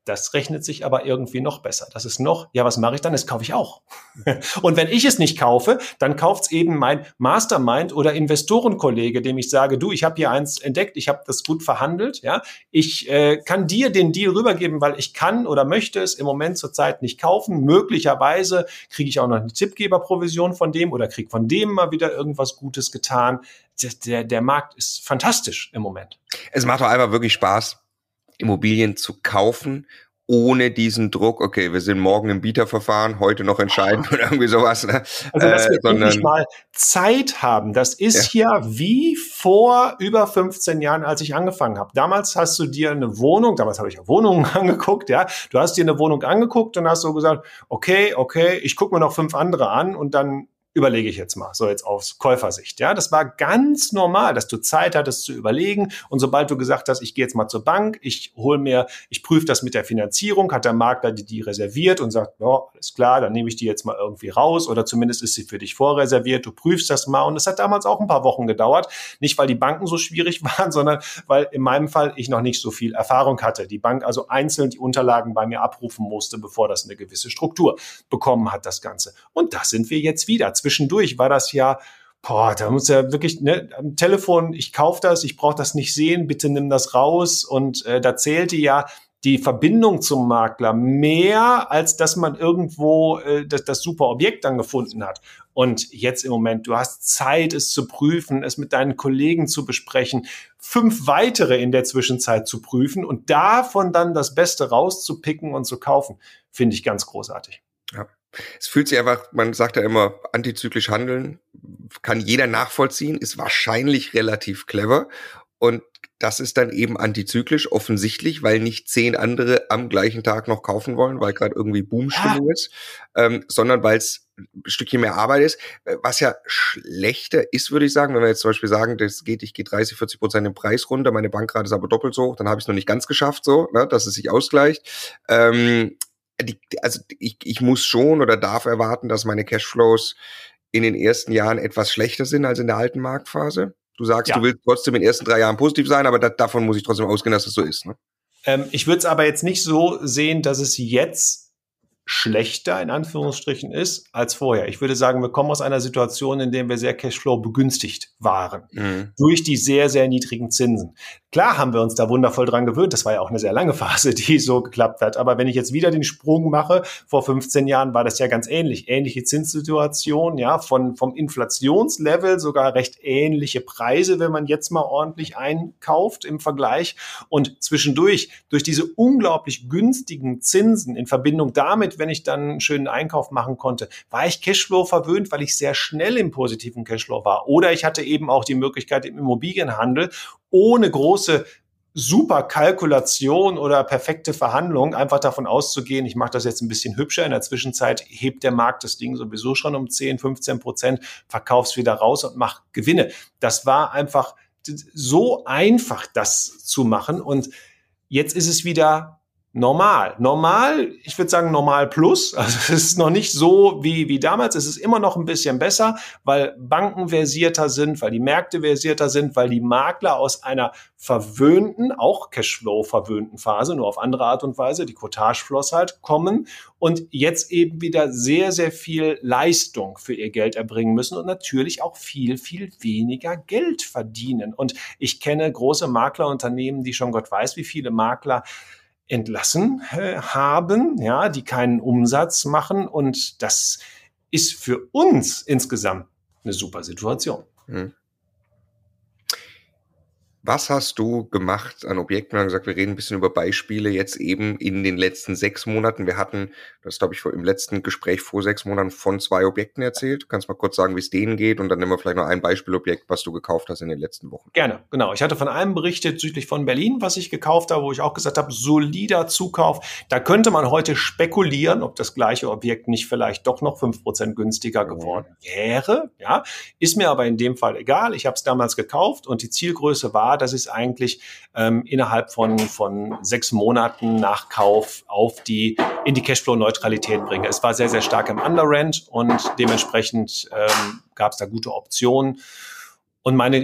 Speaker 1: Das rechnet sich aber irgendwie noch besser. Das ist noch, ja, was mache ich dann? Das kaufe ich auch. Und wenn ich es nicht kaufe, dann kauft es eben mein Mastermind oder Investorenkollege, dem ich sage, du, ich habe hier eins entdeckt, ich habe das gut verhandelt, ja, ich kann dir den Deal rübergeben, weil ich kann oder möchte es im Moment zurzeit nicht kaufen. Möglicherweise kriege ich auch noch eine Tippgeberprovision von dem oder kriege von dem mal wieder irgendwas Gutes getan. Der Markt ist fantastisch im Moment.
Speaker 3: Es macht doch einfach wirklich Spaß, Immobilien zu kaufen, ohne diesen Druck, okay, wir sind morgen im Bieterverfahren, heute noch entscheiden oder irgendwie sowas. Ne?
Speaker 1: Also, dass wir endlich mal Zeit haben, das ist ja wie vor über 15 Jahren, als ich angefangen habe. Damals hast du dir eine Wohnung, damals habe ich ja Wohnungen angeguckt, ja, du hast dir eine Wohnung angeguckt und hast so gesagt, okay, ich gucke mir noch 5 andere an und dann überlege ich jetzt mal, so jetzt aus Käufersicht. Ja, das war ganz normal, dass du Zeit hattest zu überlegen. Und sobald du gesagt hast, ich gehe jetzt mal zur Bank, ich prüfe das mit der Finanzierung, hat der Makler die reserviert und sagt, ja, alles klar, dann nehme ich die jetzt mal irgendwie raus oder zumindest ist sie für dich vorreserviert. Du prüfst das mal und es hat damals auch ein paar Wochen gedauert. Nicht, weil die Banken so schwierig waren, sondern weil in meinem Fall ich noch nicht so viel Erfahrung hatte. Die Bank also einzeln die Unterlagen bei mir abrufen musste, bevor das eine gewisse Struktur bekommen hat, das Ganze. Und das sind wir jetzt wieder. Zwischendurch war das ja, da muss ja wirklich, am Telefon, ich kaufe das, ich brauche das nicht sehen, bitte nimm das raus. Und da zählte ja die Verbindung zum Makler mehr, als dass man irgendwo das super Objekt dann gefunden hat. Und jetzt im Moment, du hast Zeit, es zu prüfen, es mit deinen Kollegen zu besprechen, 5 weitere in der Zwischenzeit zu prüfen und davon dann das Beste rauszupicken und zu kaufen, finde ich ganz großartig.
Speaker 3: Ja. Es fühlt sich einfach, man sagt ja immer, antizyklisch handeln, kann jeder nachvollziehen, ist wahrscheinlich relativ clever und das ist dann eben antizyklisch, offensichtlich, weil nicht 10 andere am gleichen Tag noch kaufen wollen, weil gerade irgendwie Boomstimmung ist, sondern weil es ein Stückchen mehr Arbeit ist, was ja schlechter ist, würde ich sagen, wenn wir jetzt zum Beispiel sagen, ich gehe 30-40% im Preis runter, meine Bankrate ist aber doppelt so hoch, dann habe ich es noch nicht ganz geschafft, so, ne, dass es sich ausgleicht. Ich muss schon oder darf erwarten, dass meine Cashflows in den ersten Jahren etwas schlechter sind als in der alten Marktphase. Du sagst, Du willst trotzdem in den ersten 3 Jahren positiv sein, aber davon muss ich trotzdem ausgehen, dass es so ist. Ne?
Speaker 1: Ich würde es aber jetzt nicht so sehen, dass es jetzt schlechter in Anführungsstrichen ist als vorher. Ich würde sagen, wir kommen aus einer Situation, in der wir sehr Cashflow begünstigt waren durch die sehr, sehr niedrigen Zinsen. Klar haben wir uns da wundervoll dran gewöhnt. Das war ja auch eine sehr lange Phase, die so geklappt hat. Aber wenn ich jetzt wieder den Sprung mache, vor 15 Jahren war das ja ganz ähnlich. Ähnliche Zinssituation, ja, vom Inflationslevel sogar recht ähnliche Preise, wenn man jetzt mal ordentlich einkauft im Vergleich. Und zwischendurch, durch diese unglaublich günstigen Zinsen in Verbindung damit, wenn ich dann einen schönen Einkauf machen konnte, war ich Cashflow verwöhnt, weil ich sehr schnell im positiven Cashflow war. Oder ich hatte eben auch die Möglichkeit im Immobilienhandel, ohne große Superkalkulation oder perfekte Verhandlung einfach davon auszugehen, ich mache das jetzt ein bisschen hübscher. In der Zwischenzeit hebt der Markt das Ding sowieso schon um 10-15%, verkauf's wieder raus und mach Gewinne. Das war einfach so einfach, das zu machen. Und jetzt ist es wieder normal. Normal, ich würde sagen normal plus. Also es ist noch nicht so wie damals. Es ist immer noch ein bisschen besser, weil Banken versierter sind, weil die Märkte versierter sind, weil die Makler aus einer verwöhnten, auch Cashflow-verwöhnten Phase, nur auf andere Art und Weise, die Cottage floss halt, kommen und jetzt eben wieder sehr, sehr viel Leistung für ihr Geld erbringen müssen und natürlich auch viel, viel weniger Geld verdienen. Und ich kenne große Maklerunternehmen, die schon Gott weiß, wie viele Makler entlassen haben, ja, die keinen Umsatz machen. Und das ist für uns insgesamt eine super Situation.
Speaker 3: Was hast du gemacht an Objekten? Wir haben gesagt, wir reden ein bisschen über Beispiele jetzt eben in den letzten 6 Monaten. Wir hatten, das glaube ich im letzten Gespräch vor 6 Monaten von 2 Objekten erzählt. Du kannst mal kurz sagen, wie es denen geht und dann nehmen wir vielleicht noch ein Beispielobjekt, was du gekauft hast in den letzten Wochen.
Speaker 1: Gerne, genau. Ich hatte von einem berichtet südlich von Berlin, was ich gekauft habe, wo ich auch gesagt habe, solider Zukauf. Da könnte man heute spekulieren, ob das gleiche Objekt nicht vielleicht doch noch 5% günstiger geworden wäre. Ja, ist mir aber in dem Fall egal. Ich habe es damals gekauft und die Zielgröße war, dass ich es eigentlich innerhalb von 6 Monaten nach Kauf in die Cashflow-Neutralität bringe. Es war sehr, sehr stark im Underrent und dementsprechend gab es da gute Optionen. Und meine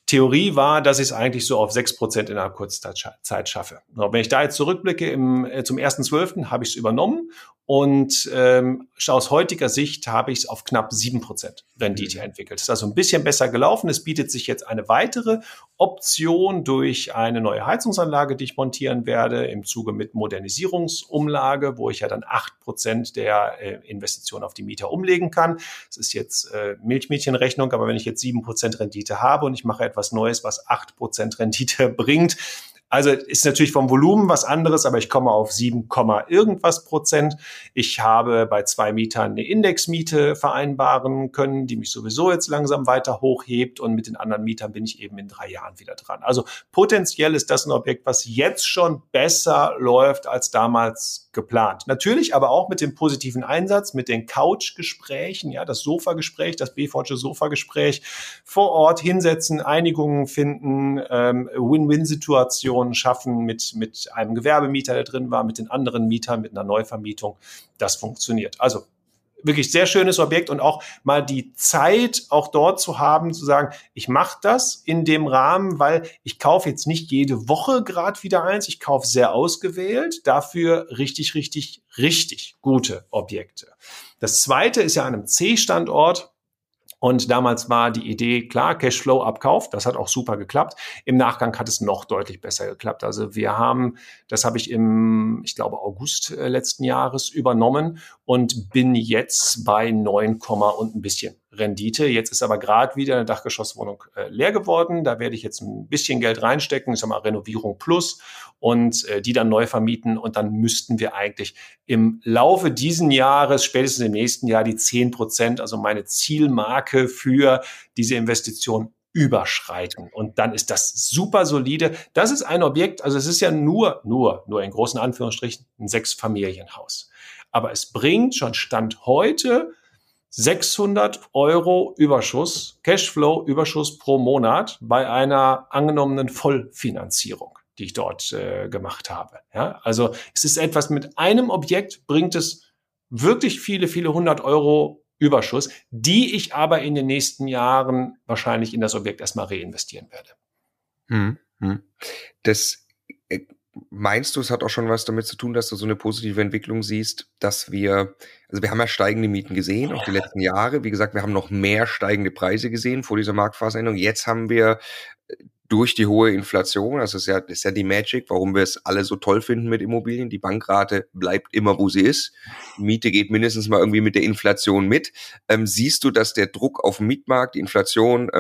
Speaker 1: Theorie war, dass ich es eigentlich so auf 6% innerhalb kurzer Zeit schaffe. Und wenn ich da jetzt zurückblicke, zum 1.12. habe ich es übernommen und aus heutiger Sicht habe ich es auf knapp 7% Rendite entwickelt. Es ist also ein bisschen besser gelaufen. Es bietet sich jetzt eine weitere Option durch eine neue Heizungsanlage, die ich montieren werde, im Zuge mit Modernisierungsumlage, wo ich ja dann 8% der Investition auf die Mieter umlegen kann. Das ist jetzt Milchmädchenrechnung, aber wenn ich jetzt 7% Rendite habe und ich mache etwas Neues, was 8% Rendite bringt, also ist natürlich vom Volumen was anderes, aber ich komme auf 7, irgendwas Prozent. Ich habe bei 2 Mietern eine Indexmiete vereinbaren können, die mich sowieso jetzt langsam weiter hochhebt, und mit den anderen Mietern bin ich eben in 3 Jahren wieder dran. Also potenziell ist das ein Objekt, was jetzt schon besser läuft als damals geplant. Natürlich aber auch mit dem positiven Einsatz, mit den Couchgesprächen, ja, das Sofagespräch, das BV'sche Sofagespräch vor Ort hinsetzen, Einigungen finden, Win-Win-Situationen schaffen mit einem Gewerbemieter, der drin war, mit den anderen Mietern, mit einer Neuvermietung. Das funktioniert. Also wirklich sehr schönes Objekt, und auch mal die Zeit auch dort zu haben, zu sagen, ich mache das in dem Rahmen, weil ich kaufe jetzt nicht jede Woche gerade wieder eins, ich kaufe sehr ausgewählt, dafür richtig, richtig, richtig gute Objekte. Das zweite ist ja an einem C-Standort. Und damals war die Idee, klar, Cashflow Abkauf, das hat auch super geklappt. Im Nachgang hat es noch deutlich besser geklappt. Also das habe ich im, ich glaube, August letzten Jahres übernommen und bin jetzt bei 9, und ein bisschen Rendite. Jetzt ist aber gerade wieder eine Dachgeschosswohnung leer geworden. Da werde ich jetzt ein bisschen Geld reinstecken, ich sag mal Renovierung plus, und die dann neu vermieten. Und dann müssten wir eigentlich im Laufe diesen Jahres, spätestens im nächsten Jahr, die 10%, also meine Zielmarke für diese Investition, überschreiten. Und dann ist das super solide. Das ist ein Objekt, also es ist ja nur in großen Anführungsstrichen ein 6-Familienhaus. Aber es bringt schon Stand heute 600 € Überschuss, Cashflow-Überschuss pro Monat bei einer angenommenen Vollfinanzierung, die ich dort gemacht habe. Ja, also es ist etwas, mit einem Objekt bringt es wirklich viele 100 € Überschuss, die ich aber in den nächsten Jahren wahrscheinlich in das Objekt erstmal reinvestieren werde.
Speaker 3: Das meinst du, es hat auch schon was damit zu tun, dass du so eine positive Entwicklung siehst, dass wir haben ja steigende Mieten gesehen, auch die letzten Jahre. Wie gesagt, wir haben noch mehr steigende Preise gesehen vor dieser Marktphaseänderung. Jetzt haben wir durch die hohe Inflation, das ist ja die Magic, warum wir es alle so toll finden mit Immobilien. Die Bankrate bleibt immer, wo sie ist. Die Miete geht mindestens mal irgendwie mit der Inflation mit. Siehst du, dass der Druck auf dem Mietmarkt, die Inflation,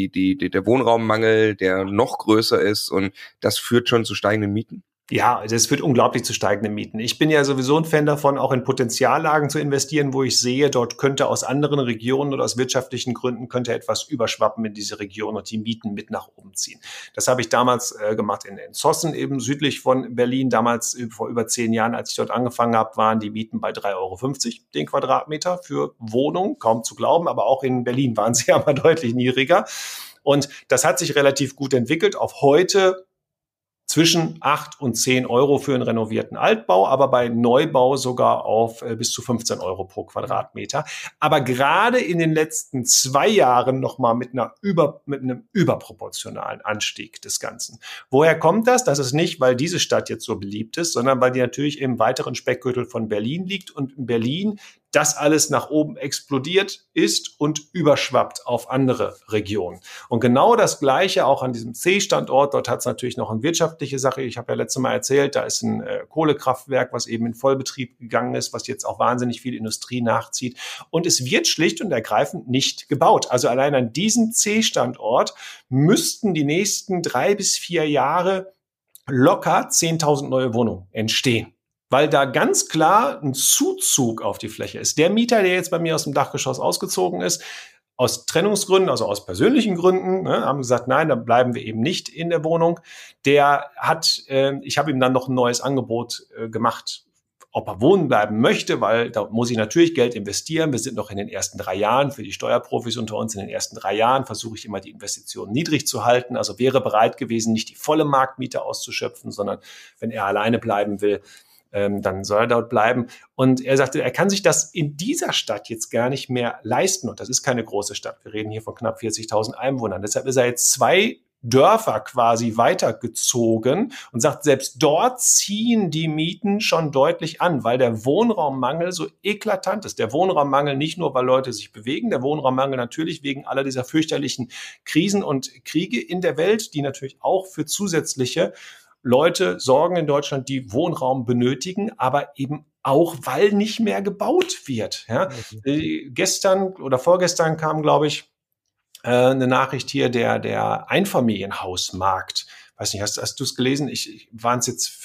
Speaker 3: der Wohnraummangel, der noch größer ist, und das führt schon zu steigenden Mieten?
Speaker 1: Ja, das führt unglaublich zu steigenden Mieten. Ich bin ja sowieso ein Fan davon, auch in Potenziallagen zu investieren, wo ich sehe, dort könnte aus anderen Regionen oder aus wirtschaftlichen Gründen könnte etwas überschwappen in diese Region und die Mieten mit nach oben ziehen. Das habe ich damals gemacht in Zossen, eben südlich von Berlin. Damals vor über 10 Jahren, als ich dort angefangen habe, waren die Mieten bei 3,50 € den Quadratmeter für Wohnung. Kaum zu glauben, aber auch in Berlin waren sie aber deutlich niedriger. Und das hat sich relativ gut entwickelt auf heute zwischen 8 und 10 € für einen renovierten Altbau, aber bei Neubau sogar auf bis zu 15 € pro Quadratmeter. Aber gerade in den letzten 2 Jahren nochmal mit einem überproportionalen Anstieg des Ganzen. Woher kommt das? Das ist nicht, weil diese Stadt jetzt so beliebt ist, sondern weil die natürlich im weiteren Speckgürtel von Berlin liegt und in Berlin das alles nach oben explodiert ist und überschwappt auf andere Regionen. Und genau das Gleiche auch an diesem C-Standort. Dort hat es natürlich noch eine wirtschaftliche Sache. Ich habe ja letztes Mal erzählt, da ist ein Kohlekraftwerk, was eben in Vollbetrieb gegangen ist, was jetzt auch wahnsinnig viel Industrie nachzieht. Und es wird schlicht und ergreifend nicht gebaut. Also allein an diesem C-Standort müssten die nächsten 3 bis 4 Jahre locker 10.000 neue Wohnungen entstehen. Weil da ganz klar ein Zuzug auf die Fläche ist. Der Mieter, der jetzt bei mir aus dem Dachgeschoss ausgezogen ist, aus Trennungsgründen, also aus persönlichen Gründen, haben gesagt, nein, dann bleiben wir eben nicht in der Wohnung. Der hat, ich habe ihm dann noch ein neues Angebot gemacht, ob er wohnen bleiben möchte, weil da muss ich natürlich Geld investieren. Wir sind noch in den ersten 3 Jahren, für die Steuerprofis unter uns, in den ersten 3 Jahren versuche ich immer die Investitionen niedrig zu halten. Also wäre bereit gewesen, nicht die volle Marktmiete auszuschöpfen, sondern wenn er alleine bleiben will, dann soll er dort bleiben. Und er sagte, er kann sich das in dieser Stadt jetzt gar nicht mehr leisten. Und das ist keine große Stadt. Wir reden hier von knapp 40.000 Einwohnern. Deshalb ist er jetzt 2 Dörfer quasi weitergezogen und sagt, selbst dort ziehen die Mieten schon deutlich an, weil der Wohnraummangel so eklatant ist. Der Wohnraummangel nicht nur, weil Leute sich bewegen, der Wohnraummangel natürlich wegen aller dieser fürchterlichen Krisen und Kriege in der Welt, die natürlich auch für zusätzliche Leute sorgen in Deutschland, die Wohnraum benötigen, aber eben auch, weil nicht mehr gebaut wird. Ja? Gestern oder vorgestern kam, glaube ich, eine Nachricht hier, der Einfamilienhausmarkt. Weiß nicht, hast du es gelesen? Waren es jetzt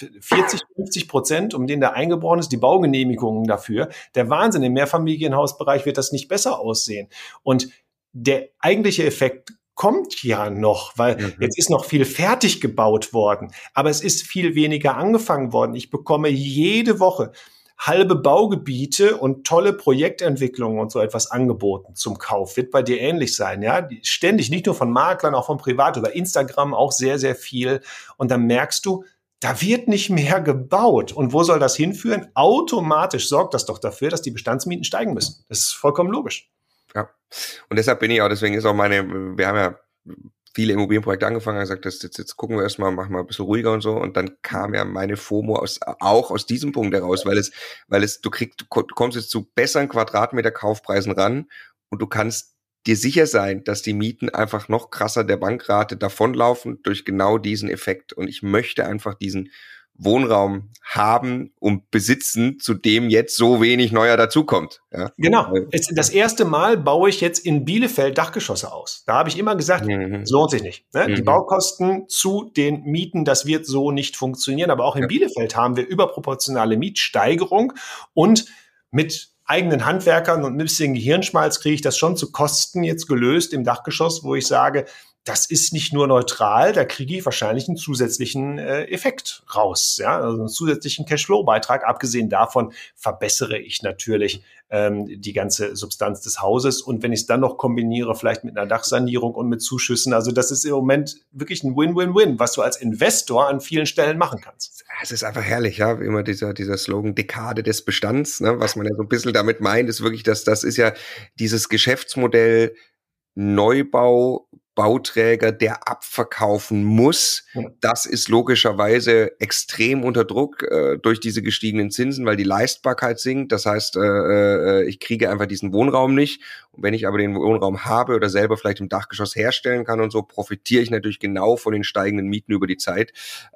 Speaker 1: 40-50%, um den da eingebrochen ist, die Baugenehmigungen dafür. Der Wahnsinn, im Mehrfamilienhausbereich wird das nicht besser aussehen. Und der eigentliche Effekt kommt ja noch, weil jetzt ist noch viel fertig gebaut worden, aber es ist viel weniger angefangen worden. Ich bekomme jede Woche halbe Baugebiete und tolle Projektentwicklungen und so etwas angeboten zum Kauf. Wird bei dir ähnlich sein, ja? Ständig, nicht nur von Maklern, auch von Privat, über Instagram auch sehr, sehr viel. Und dann merkst du, da wird nicht mehr gebaut. Und wo soll das hinführen? Automatisch sorgt das doch dafür, dass die Bestandsmieten steigen müssen. Das ist vollkommen logisch.
Speaker 3: Ja. Und deshalb deswegen ist auch wir haben ja viele Immobilienprojekte angefangen, gesagt, jetzt gucken wir erstmal, machen wir ein bisschen ruhiger und so. Und dann kam ja meine FOMO auch aus diesem Punkt heraus, weil du kommst jetzt zu besseren Quadratmeter-Kaufpreisen ran und du kannst dir sicher sein, dass die Mieten einfach noch krasser der Bankrate davonlaufen durch genau diesen Effekt. Und ich möchte einfach diesen Wohnraum haben und besitzen, zu dem jetzt so wenig neuer dazukommt. Ja?
Speaker 1: Genau. Das erste Mal baue ich jetzt in Bielefeld Dachgeschosse aus. Da habe ich immer gesagt, es lohnt sich nicht. Ne? Die Baukosten zu den Mieten, das wird so nicht funktionieren. Aber auch in Bielefeld haben wir überproportionale Mietsteigerung und mit eigenen Handwerkern und ein bisschen Gehirnschmalz kriege ich das schon zu Kosten jetzt gelöst im Dachgeschoss, wo ich sage, das ist nicht nur neutral, da kriege ich wahrscheinlich einen zusätzlichen Effekt raus, ja, also einen zusätzlichen Cashflow-Beitrag. Abgesehen davon verbessere ich natürlich die ganze Substanz des Hauses. Und wenn ich es dann noch kombiniere, vielleicht mit einer Dachsanierung und mit Zuschüssen, also das ist im Moment wirklich ein Win-Win-Win, was du als Investor an vielen Stellen machen kannst.
Speaker 3: Es ist einfach herrlich, ja, immer dieser Slogan Dekade des Bestands, ne, was man ja so ein bisschen damit meint, ist wirklich, das ist ja dieses Geschäftsmodell Neubau, Bauträger, der abverkaufen muss. Das ist logischerweise extrem unter Druck durch diese gestiegenen Zinsen, weil die Leistbarkeit sinkt. Das heißt, ich kriege einfach diesen Wohnraum nicht. Und wenn ich aber den Wohnraum habe oder selber vielleicht im Dachgeschoss herstellen kann und so, profitiere ich natürlich genau von den steigenden Mieten über die Zeit.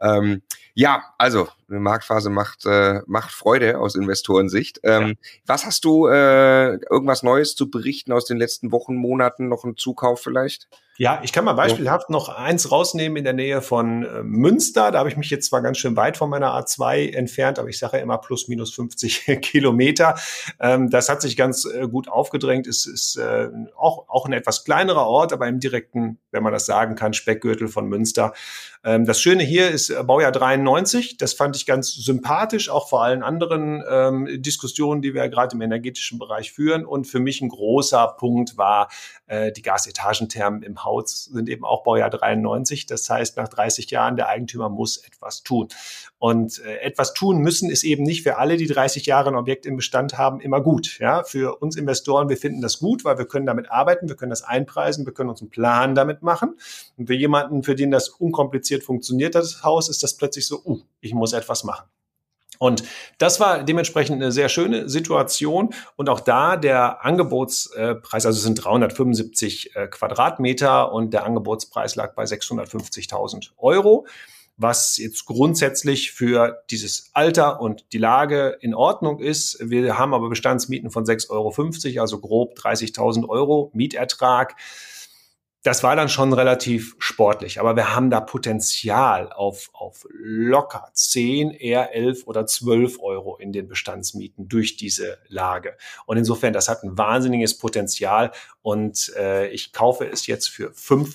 Speaker 3: Ja, also eine Marktphase macht Freude aus Investorensicht. Was hast du irgendwas Neues zu berichten aus den letzten Wochen, Monaten, noch ein Zukauf vielleicht?
Speaker 1: Ja, ich kann mal beispielhaft noch eins rausnehmen in der Nähe von Münster. Da habe ich mich jetzt zwar ganz schön weit von meiner A2 entfernt, aber ich sage ja immer plus minus 50 Kilometer. Das hat sich ganz gut aufgedrängt. Es ist auch ein etwas kleinerer Ort, aber im direkten, wenn man das sagen kann, Speckgürtel von Münster. Das Schöne hier ist Baujahr 93. Das fand ich ganz sympathisch, auch vor allen anderen Diskussionen, die wir ja gerade im energetischen Bereich führen. Und für mich ein großer Punkt war, die Gasetagenthermen im Haus sind eben auch Baujahr 93. Das heißt, nach 30 Jahren, der Eigentümer muss etwas tun. Und etwas tun müssen ist eben nicht für alle, die 30 Jahre ein Objekt im Bestand haben, immer gut. Ja, für uns Investoren, wir finden das gut, weil wir können damit arbeiten, wir können das einpreisen, wir können uns einen Plan damit machen. Und für jemanden, für den das unkompliziert funktioniert, das Haus, ist das plötzlich so, ich muss etwas machen. Und das war dementsprechend eine sehr schöne Situation. Und auch da der Angebotspreis, also es sind 375 Quadratmeter und der Angebotspreis lag bei 650.000 Euro, was jetzt grundsätzlich für dieses Alter und die Lage in Ordnung ist. Wir haben aber Bestandsmieten von 6,50 Euro, also grob 30.000 Euro Mietertrag. Das war dann schon relativ sportlich, aber wir haben da Potenzial auf locker 10, eher 11 oder 12 Euro in den Bestandsmieten durch diese Lage. Und insofern, das hat ein wahnsinniges Potenzial und ich kaufe es jetzt für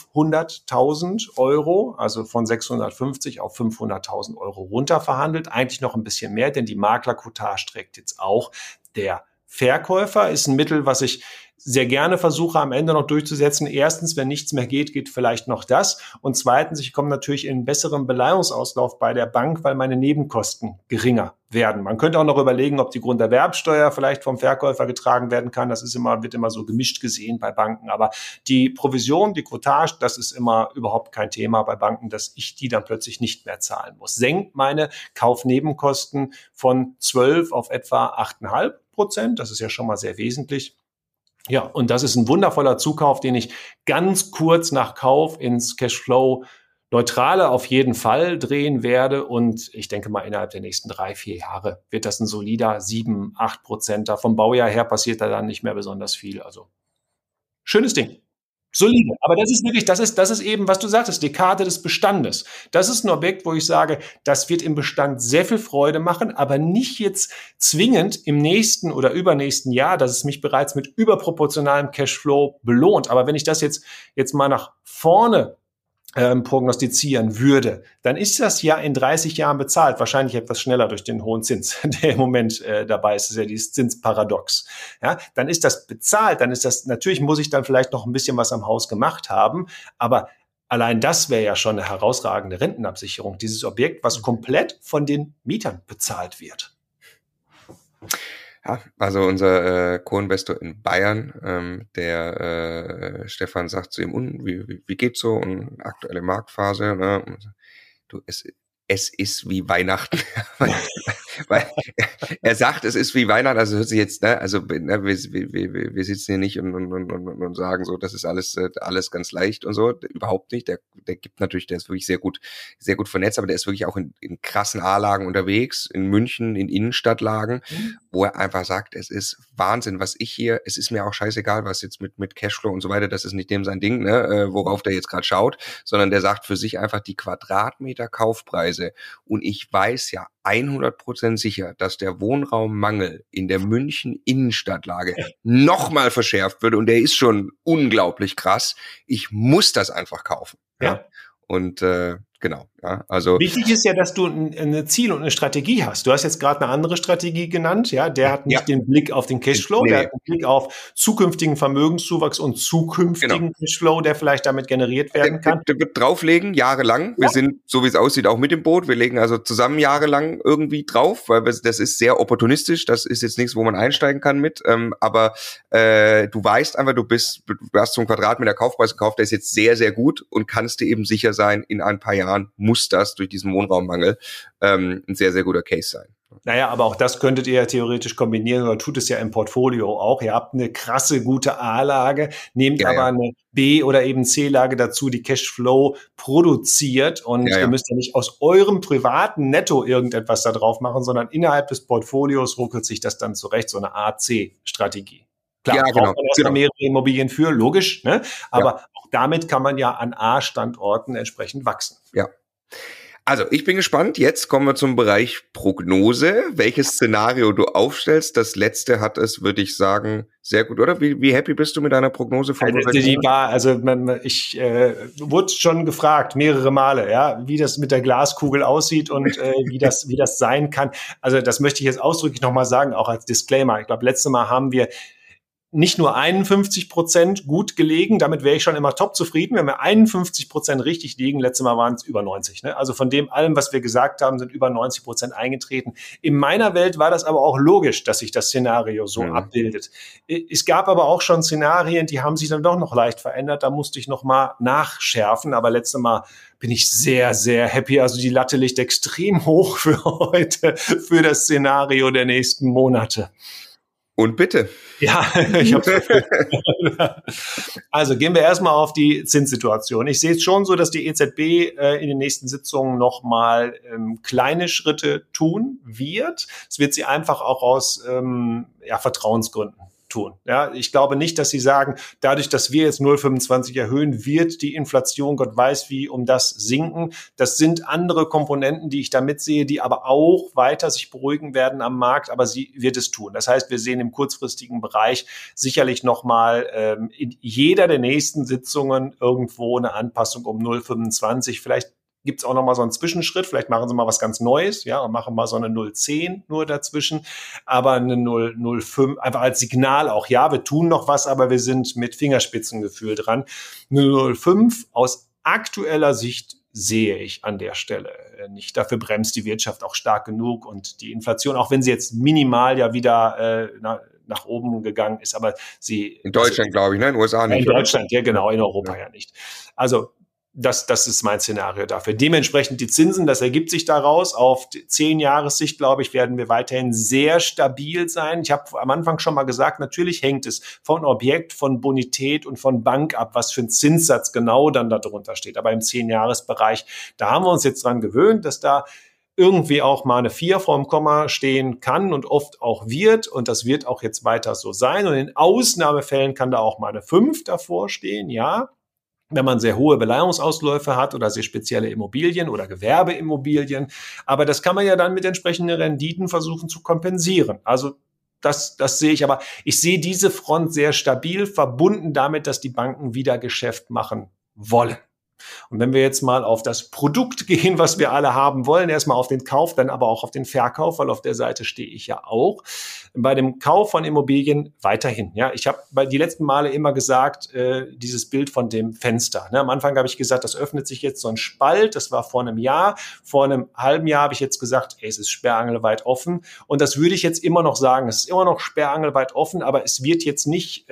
Speaker 1: 500.000 Euro, also von 650 auf 500.000 Euro runter verhandelt. Eigentlich noch ein bisschen mehr, denn die Maklerquotage trägt jetzt auch. Der Verkäufer ist ein Mittel, was ich sehr gerne versuche, am Ende noch durchzusetzen. Erstens, wenn nichts mehr geht, geht vielleicht noch das. Und zweitens, ich komme natürlich in einen besseren Beleihungsauslauf bei der Bank, weil meine Nebenkosten geringer werden. Man könnte auch noch überlegen, ob die Grunderwerbsteuer vielleicht vom Verkäufer getragen werden kann. Das wird immer so gemischt gesehen bei Banken. Aber die Provision, die Quotage, das ist immer überhaupt kein Thema bei Banken, dass ich die dann plötzlich nicht mehr zahlen muss. Senkt meine Kaufnebenkosten von 12 auf etwa 8,5%. Das ist ja schon mal sehr wesentlich. Ja, und das ist ein wundervoller Zukauf, den ich ganz kurz nach Kauf ins Cashflow Neutrale auf jeden Fall drehen werde. Und ich denke mal, innerhalb der nächsten 3-4 Jahre wird das ein solider 7-8%. Vom Baujahr her passiert da dann nicht mehr besonders viel. Also schönes Ding. Solide. Aber das ist wirklich, das ist eben, was du sagtest, die Karte des Bestandes. Das ist ein Objekt, wo ich sage, das wird im Bestand sehr viel Freude machen, aber nicht jetzt zwingend im nächsten oder übernächsten Jahr, dass es mich bereits mit überproportionalem Cashflow belohnt. Aber wenn ich das jetzt mal nach vorne prognostizieren würde, dann ist das ja in 30 Jahren bezahlt, wahrscheinlich etwas schneller durch den hohen Zins, der im Moment dabei ist. Das ist ja dieses Zinsparadox. Ja, dann ist das bezahlt, dann ist das, natürlich muss ich dann vielleicht noch ein bisschen was am Haus gemacht haben, aber allein das wäre ja schon eine herausragende Rentenabsicherung, dieses Objekt, was komplett von den Mietern bezahlt wird.
Speaker 3: Ja, also unser Co-Investor in Bayern, der Stefan sagt zu ihm, wie geht's so und aktuelle Marktphase, ne? Und du, es ist wie Weihnachten, weil er sagt, es ist wie Weihnachten, also hört sich jetzt, ne, also ne, wir sitzen hier nicht und sagen so, das ist alles ganz leicht und so, überhaupt nicht. Der gibt natürlich, der ist wirklich sehr gut vernetzt, aber der ist wirklich auch in krassen A-Lagen unterwegs, in München, in Innenstadtlagen, wo er einfach sagt, es ist Wahnsinn, was ich hier, es ist mir auch scheißegal, was jetzt mit Cashflow und so weiter, das ist nicht dem sein Ding, ne, worauf der jetzt gerade schaut, sondern der sagt für sich einfach die Quadratmeter Kaufpreise. Und ich weiß ja 100% sicher, dass der Wohnraummangel in der München Innenstadtlage nochmal verschärft würde. Und der ist schon unglaublich krass. Ich muss das einfach kaufen. Ja. Und genau. Ja, also
Speaker 1: wichtig ist ja, dass du ein Ziel und eine Strategie hast. Du hast jetzt gerade eine andere Strategie genannt. Ja, der hat nicht den Blick auf den Cashflow, der hat den Blick auf zukünftigen Vermögenszuwachs und zukünftigen Cashflow, der vielleicht damit generiert werden kann.
Speaker 3: Der wird drauflegen, jahrelang. Wir sind, so wie es aussieht, auch mit dem Boot. Wir legen also zusammen jahrelang irgendwie drauf, weil das ist sehr opportunistisch. Das ist jetzt nichts, wo man einsteigen kann mit. Aber du weißt einfach, du hast so einen Quadratmeter Kaufpreis gekauft, der ist jetzt sehr, sehr gut und kannst dir eben sicher sein, in ein paar Jahren muss das durch diesen Wohnraummangel ein sehr, sehr guter Case sein.
Speaker 1: Naja, aber auch das könntet ihr ja theoretisch kombinieren oder tut es ja im Portfolio auch. Ihr habt eine krasse, gute A-Lage, nehmt aber eine B- oder eben C-Lage dazu, die Cashflow produziert und ihr müsst ja nicht aus eurem privaten Netto irgendetwas da drauf machen, sondern innerhalb des Portfolios ruckelt sich das dann zurecht, so eine A-C-Strategie. Klar, braucht man erstmal mehrere Immobilien für, logisch, ne? Aber auch damit kann man ja an A-Standorten entsprechend wachsen.
Speaker 3: Ja. Also, ich bin gespannt. Jetzt kommen wir zum Bereich Prognose. Welches Szenario du aufstellst. Das letzte hat es, würde ich sagen, sehr gut, oder? Wie happy bist du mit deiner Prognose von
Speaker 1: ich wurde schon gefragt, mehrere Male, ja, wie das mit der Glaskugel aussieht und wie das sein kann. Also, das möchte ich jetzt ausdrücklich nochmal sagen, auch als Disclaimer. Ich glaube, letztes Mal haben wir nicht nur 51% gut gelegen, damit wäre ich schon immer top zufrieden, wenn wir 51% richtig liegen. Letztes Mal waren es über 90. Ne? Also von dem allem, was wir gesagt haben, sind über 90% eingetreten. In meiner Welt war das aber auch logisch, dass sich das Szenario so abbildet. Es gab aber auch schon Szenarien, die haben sich dann doch noch leicht verändert. Da musste ich noch mal nachschärfen. Aber letztes Mal bin ich sehr, sehr happy. Also die Latte liegt extrem hoch für heute, für das Szenario der nächsten Monate.
Speaker 3: Und bitte.
Speaker 1: Ja, ich hab's. Also gehen wir erstmal auf die Zinssituation. Ich sehe es schon so, dass die EZB in den nächsten Sitzungen nochmal kleine Schritte tun wird. Es wird sie einfach auch aus Vertrauensgründen tun. Ja, ich glaube nicht, dass sie sagen, dadurch, dass wir jetzt 0,25 erhöhen, wird die Inflation, Gott weiß wie, um das sinken. Das sind andere Komponenten, die ich da mitsehe, die aber auch weiter sich beruhigen werden am Markt, aber sie wird es tun. Das heißt, wir sehen im kurzfristigen Bereich sicherlich nochmal in jeder der nächsten Sitzungen irgendwo eine Anpassung um 0,25, vielleicht gibt es auch nochmal so einen Zwischenschritt. Vielleicht machen sie mal was ganz Neues, ja, und machen mal so eine 0,10 nur dazwischen. Aber eine 0,05, einfach als Signal auch, ja, wir tun noch was, aber wir sind mit Fingerspitzengefühl dran. Eine 0,05 aus aktueller Sicht sehe ich an der Stelle nicht. Dafür bremst die Wirtschaft auch stark genug und die Inflation, auch wenn sie jetzt minimal ja wieder nach oben gegangen ist, aber sie...
Speaker 3: In Deutschland, glaube ich, ne? In den USA nicht.
Speaker 1: In Deutschland, ja genau, in Europa ja nicht. Also das ist mein Szenario dafür. Dementsprechend die Zinsen, das ergibt sich daraus. Auf 10-Jahressicht, glaube ich, werden wir weiterhin sehr stabil sein. Ich habe am Anfang schon mal gesagt, natürlich hängt es von Objekt, von Bonität und von Bank ab, was für ein Zinssatz genau dann darunter steht. Aber im 10-Jahres-Bereich, da haben wir uns jetzt dran gewöhnt, dass da irgendwie auch mal eine 4 vorm Komma stehen kann und oft auch wird. Und das wird auch jetzt weiter so sein. Und in Ausnahmefällen kann da auch mal eine 5 davor stehen, ja. Wenn man sehr hohe Beleihungsausläufe hat oder sehr spezielle Immobilien oder Gewerbeimmobilien. Aber das kann man ja dann mit entsprechenden Renditen versuchen zu kompensieren. Also das sehe ich. Aber ich sehe diese Front sehr stabil, verbunden damit, dass die Banken wieder Geschäft machen wollen. Und wenn wir jetzt mal auf das Produkt gehen, was wir alle haben wollen, erstmal auf den Kauf, dann aber auch auf den Verkauf, weil auf der Seite stehe ich ja auch. Bei dem Kauf von Immobilien weiterhin. Ja, ich habe die letzten Male immer gesagt, dieses Bild von dem Fenster. Ne? Am Anfang habe ich gesagt, das öffnet sich jetzt so ein Spalt. Das war vor einem Jahr. Vor einem halben Jahr habe ich jetzt gesagt, es ist sperrangelweit offen. Und das würde ich jetzt immer noch sagen. Es ist immer noch sperrangelweit offen, aber es wird jetzt nicht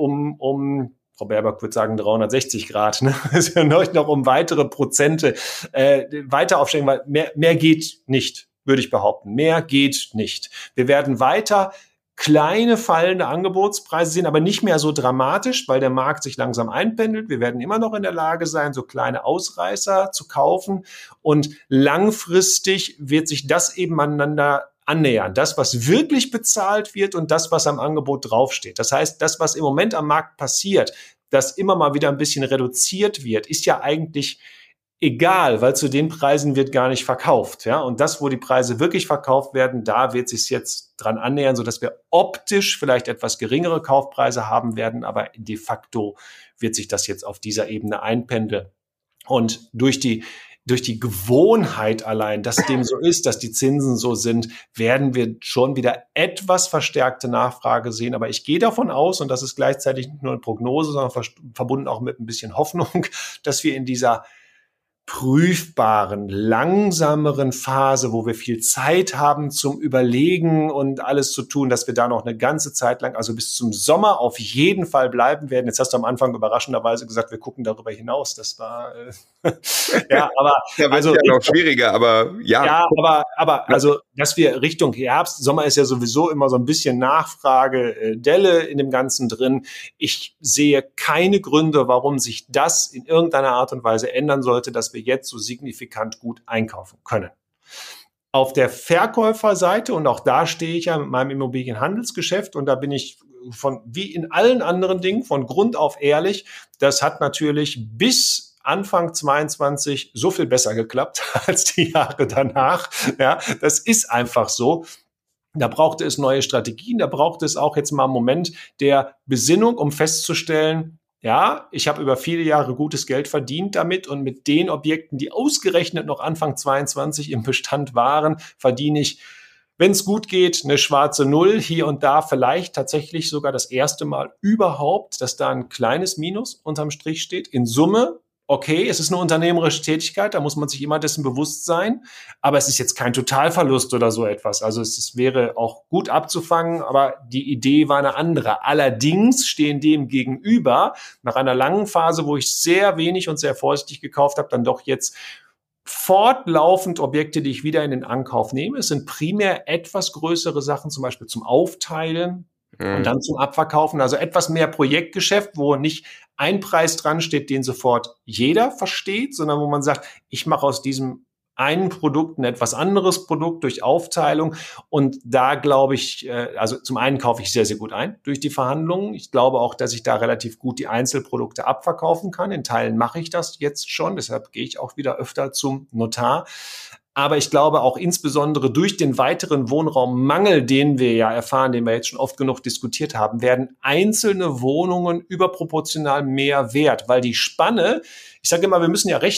Speaker 1: Frau Baerbock würde sagen 360 Grad. Ne? Es ist noch um weitere Prozente weiter aufsteigen, weil mehr geht nicht, würde ich behaupten. Mehr geht nicht. Wir werden weiter kleine fallende Angebotspreise sehen, aber nicht mehr so dramatisch, weil der Markt sich langsam einpendelt. Wir werden immer noch in der Lage sein, so kleine Ausreißer zu kaufen. Und langfristig wird sich das eben aneinander annähern. Das, was wirklich bezahlt wird und das, was am Angebot draufsteht. Das heißt, das, was im Moment am Markt passiert, das immer mal wieder ein bisschen reduziert wird, ist ja eigentlich egal, weil zu den Preisen wird gar nicht verkauft. Ja? Und das, wo die Preise wirklich verkauft werden, da wird sich jetzt dran annähern, sodass wir optisch vielleicht etwas geringere Kaufpreise haben werden, aber de facto wird sich das jetzt auf dieser Ebene einpendeln. Und durch die Gewohnheit allein, dass dem so ist, dass die Zinsen so sind, werden wir schon wieder etwas verstärkte Nachfrage sehen. Aber ich gehe davon aus, und das ist gleichzeitig nicht nur eine Prognose, sondern verbunden auch mit ein bisschen Hoffnung, dass wir in dieser prüfbaren, langsameren Phase, wo wir viel Zeit haben zum Überlegen und alles zu tun, dass wir da noch eine ganze Zeit lang, also bis zum Sommer auf jeden Fall bleiben werden. Jetzt hast du am Anfang überraschenderweise gesagt, wir gucken darüber hinaus. Das war ja, aber
Speaker 3: ja, also ja noch schwieriger, aber ja.
Speaker 1: Ja, aber also, dass wir Richtung Herbst, Sommer ist ja sowieso immer so ein bisschen Nachfrage-Delle in dem Ganzen drin. Ich sehe keine Gründe, warum sich das in irgendeiner Art und Weise ändern sollte, dass wir jetzt so signifikant gut einkaufen können. Auf der Verkäuferseite, und auch da stehe ich ja mit meinem Immobilienhandelsgeschäft, und da bin ich wie in allen anderen Dingen von Grund auf ehrlich, das hat natürlich bis Anfang 22 so viel besser geklappt als die Jahre danach. Ja, das ist einfach so. Da brauchte es neue Strategien, da brauchte es auch jetzt mal einen Moment der Besinnung, um festzustellen, ja, ich habe über viele Jahre gutes Geld verdient damit, und mit den Objekten, die ausgerechnet noch Anfang 22 im Bestand waren, verdiene ich, wenn es gut geht, eine schwarze Null, hier und da vielleicht tatsächlich sogar das erste Mal überhaupt, dass da ein kleines Minus unterm Strich steht. In Summe, okay, es ist eine unternehmerische Tätigkeit, da muss man sich immer dessen bewusst sein, aber es ist jetzt kein Totalverlust oder so etwas. Also es wäre auch gut abzufangen, aber die Idee war eine andere. Allerdings stehen dem gegenüber, nach einer langen Phase, wo ich sehr wenig und sehr vorsichtig gekauft habe, dann doch jetzt fortlaufend Objekte, die ich wieder in den Ankauf nehme. Es sind primär etwas größere Sachen, zum Beispiel zum Aufteilen und dann zum Abverkaufen. Also etwas mehr Projektgeschäft, wo nicht ein Preis dran steht, den sofort jeder versteht, sondern wo man sagt, ich mache aus diesem einen Produkt ein etwas anderes Produkt durch Aufteilung. Und da glaube ich, also zum einen kaufe ich sehr, sehr gut ein durch die Verhandlungen. Ich glaube auch, dass ich da relativ gut die Einzelprodukte abverkaufen kann. In Teilen mache ich das jetzt schon, deshalb gehe ich auch wieder öfter zum Notar. Aber ich glaube auch insbesondere durch den weiteren Wohnraummangel, den wir ja erfahren, den wir jetzt schon oft genug diskutiert haben, werden einzelne Wohnungen überproportional mehr wert, weil die Spanne, ich sage immer, wir müssen ja rechnen,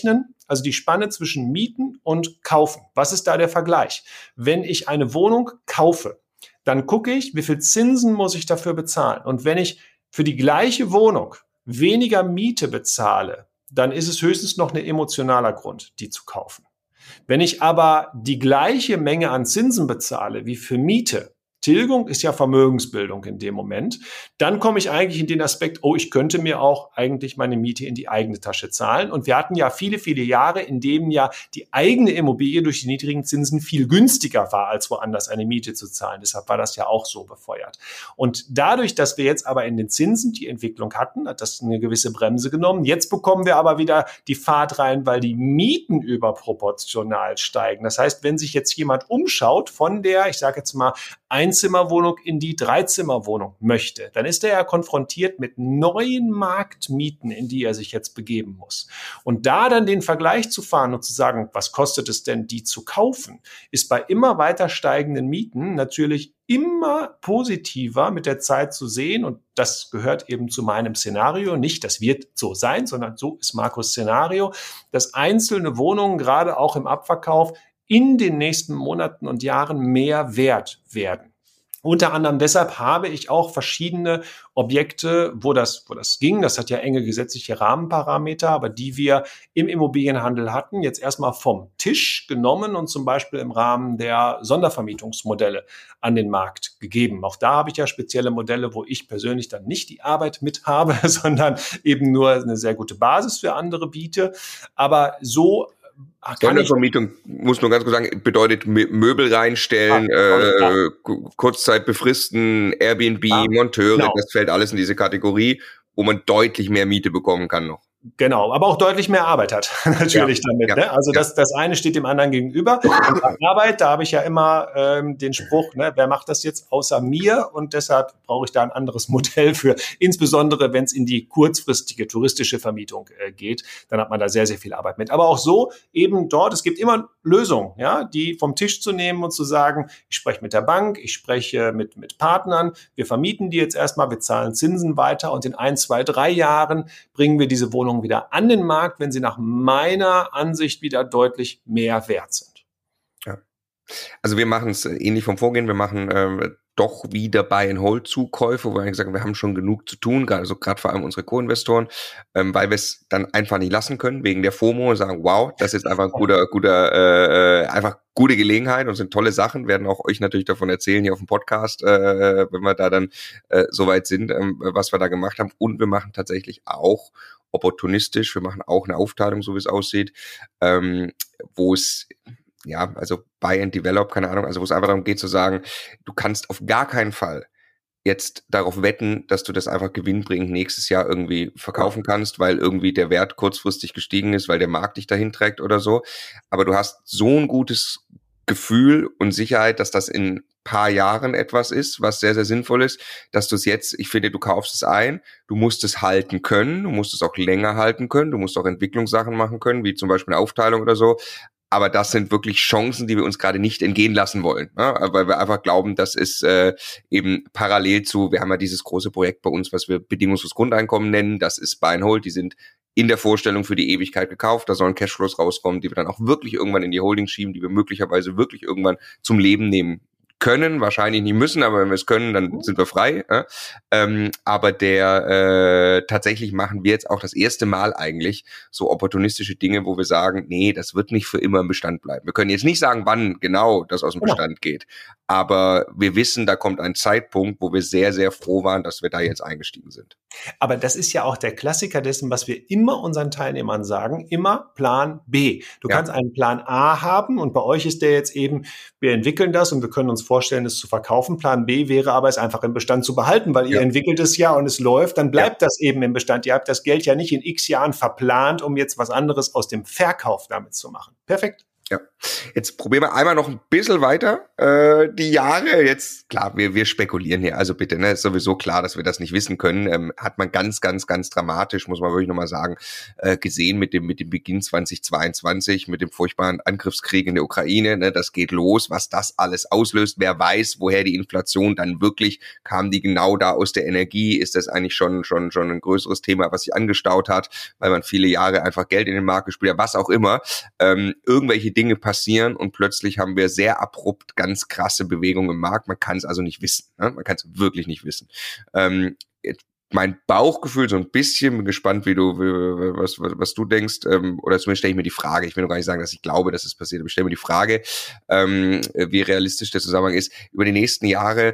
Speaker 1: also die Spanne zwischen Mieten und Kaufen. Was ist da der Vergleich? Wenn ich eine Wohnung kaufe, dann gucke ich, wie viel Zinsen muss ich dafür bezahlen. Und wenn ich für die gleiche Wohnung weniger Miete bezahle, dann ist es höchstens noch ein emotionaler Grund, die zu kaufen. Wenn ich aber die gleiche Menge an Zinsen bezahle wie für Miete, Tilgung ist ja Vermögensbildung in dem Moment, dann komme ich eigentlich in den Aspekt, ich könnte mir auch eigentlich meine Miete in die eigene Tasche zahlen. Und wir hatten ja viele, viele Jahre, in denen ja die eigene Immobilie durch die niedrigen Zinsen viel günstiger war, als woanders eine Miete zu zahlen. Deshalb war das ja auch so befeuert. Und dadurch, dass wir jetzt aber in den Zinsen die Entwicklung hatten, hat das eine gewisse Bremse genommen. Jetzt bekommen wir aber wieder die Fahrt rein, weil die Mieten überproportional steigen. Das heißt, wenn sich jetzt jemand umschaut von der, ich sage jetzt mal, Einzimmerwohnung in die Dreizimmerwohnung möchte, dann ist er ja konfrontiert mit neuen Marktmieten, in die er sich jetzt begeben muss. Und da dann den Vergleich zu fahren und zu sagen, was kostet es denn, die zu kaufen, ist bei immer weiter steigenden Mieten natürlich immer positiver mit der Zeit zu sehen. Und das gehört eben zu meinem Szenario. Nicht, das wird so sein, sondern so ist Markus' Szenario, dass einzelne Wohnungen gerade auch im Abverkauf in den nächsten Monaten und Jahren mehr wert werden. Unter anderem deshalb habe ich auch verschiedene Objekte, wo das ging. Das hat ja enge gesetzliche Rahmenparameter, aber die wir im Immobilienhandel hatten, jetzt erstmal vom Tisch genommen und zum Beispiel im Rahmen der Sondervermietungsmodelle an den Markt gegeben. Auch da habe ich ja spezielle Modelle, wo ich persönlich dann nicht die Arbeit mit habe, sondern eben nur eine sehr gute Basis für andere biete. Aber so
Speaker 3: Sondervermietung, muss nur ganz kurz sagen, bedeutet Möbel reinstellen, Kurzzeit befristen, Airbnb, Monteure, genau. Das fällt alles in diese Kategorie, wo man deutlich mehr Miete bekommen kann noch.
Speaker 1: Genau, aber auch deutlich mehr Arbeit hat, natürlich damit. Ne? Also das eine steht dem anderen gegenüber. Und bei Arbeit, da habe ich ja immer den Spruch, ne, wer macht das jetzt außer mir? Und deshalb brauche ich da ein anderes Modell für, insbesondere wenn es in die kurzfristige touristische Vermietung geht, dann hat man da sehr, sehr viel Arbeit mit. Aber auch so eben dort, es gibt immer Lösungen, ja, die vom Tisch zu nehmen und zu sagen, ich spreche mit der Bank, ich spreche mit Partnern, wir vermieten die jetzt erstmal, wir zahlen Zinsen weiter und in 1, 2, 3 Jahren bringen wir diese Wohnung wieder an den Markt, wenn sie nach meiner Ansicht wieder deutlich mehr wert sind.
Speaker 3: Ja. Also wir machen es ähnlich vom Vorgehen. Wir machen doch wieder Buy-and-Hold-Zukäufe, wo wir gesagt haben, wir haben schon genug zu tun, also gerade vor allem unsere Co-Investoren, weil wir es dann einfach nicht lassen können, wegen der FOMO und sagen, wow, das ist einfach einfach gute Gelegenheit und sind tolle Sachen, werden auch euch natürlich davon erzählen hier auf dem Podcast, wenn wir da dann soweit sind, was wir da gemacht haben. Und wir machen tatsächlich auch opportunistisch, wir machen auch eine Aufteilung, so wie es aussieht, wo es also Buy and Develop, keine Ahnung, also wo es einfach darum geht zu sagen, du kannst auf gar keinen Fall jetzt darauf wetten, dass du das einfach gewinnbringend nächstes Jahr irgendwie verkaufen kannst, weil irgendwie der Wert kurzfristig gestiegen ist, weil der Markt dich dahin trägt oder so. Aber du hast so ein gutes Gefühl und Sicherheit, dass das in paar Jahren etwas ist, was sehr, sehr sinnvoll ist, dass du es jetzt, ich finde, du kaufst es ein, du musst es halten können, du musst es auch länger halten können, du musst auch Entwicklungssachen machen können, wie zum Beispiel eine Aufteilung oder so. Aber das sind wirklich Chancen, die wir uns gerade nicht entgehen lassen wollen, ne? Weil wir einfach glauben, das ist eben parallel zu, wir haben ja dieses große Projekt bei uns, was wir bedingungsloses Grundeinkommen nennen, das ist Buy and Hold, die sind in der Vorstellung für die Ewigkeit gekauft, da sollen Cashflows rauskommen, die wir dann auch wirklich irgendwann in die Holding schieben, die wir möglicherweise wirklich irgendwann zum Leben nehmen können, wahrscheinlich nicht müssen, aber wenn wir es können, dann sind wir frei. Aber tatsächlich machen wir jetzt auch das erste Mal eigentlich so opportunistische Dinge, wo wir sagen, nee, das wird nicht für immer im Bestand bleiben. Wir können jetzt nicht sagen, wann genau das aus dem Bestand geht, aber wir wissen, da kommt ein Zeitpunkt, wo wir sehr, sehr froh waren, dass wir da jetzt eingestiegen sind.
Speaker 1: Aber das ist ja auch der Klassiker dessen, was wir immer unseren Teilnehmern sagen, immer Plan B. Du kannst einen Plan A haben und bei euch ist der jetzt eben, wir entwickeln das und wir können uns vorstellen, es zu verkaufen. Plan B wäre aber, es einfach im Bestand zu behalten, weil ihr entwickelt es ja und es läuft, dann bleibt das eben im Bestand. Ihr habt das Geld ja nicht in x Jahren verplant, um jetzt was anderes aus dem Verkauf damit zu machen. Perfekt.
Speaker 3: Ja, jetzt probieren wir einmal noch ein bisschen weiter die Jahre. Jetzt, klar, wir spekulieren hier, also bitte, ne, ist sowieso klar, dass wir das nicht wissen können. Hat man ganz, ganz, ganz dramatisch, muss man wirklich nochmal sagen, gesehen mit dem Beginn 2022, mit dem furchtbaren Angriffskrieg in der Ukraine. Ne, das geht los, was das alles auslöst. Wer weiß, woher die Inflation dann wirklich kam, die genau da aus der Energie? Ist das eigentlich schon ein größeres Thema, was sich angestaut hat, weil man viele Jahre einfach Geld in den Markt gespielt hat, was auch immer. Irgendwelche Dinge passieren und plötzlich haben wir sehr abrupt ganz krasse Bewegungen im Markt. Man kann es also nicht wissen. Ne? Man kann es wirklich nicht wissen. Mein Bauchgefühl so ein bisschen, bin gespannt, was du denkst, oder zumindest stelle ich mir die Frage, ich will noch gar nicht sagen, dass ich glaube, dass es passiert, aber ich stelle mir die Frage, wie realistisch der Zusammenhang ist. Über die nächsten Jahre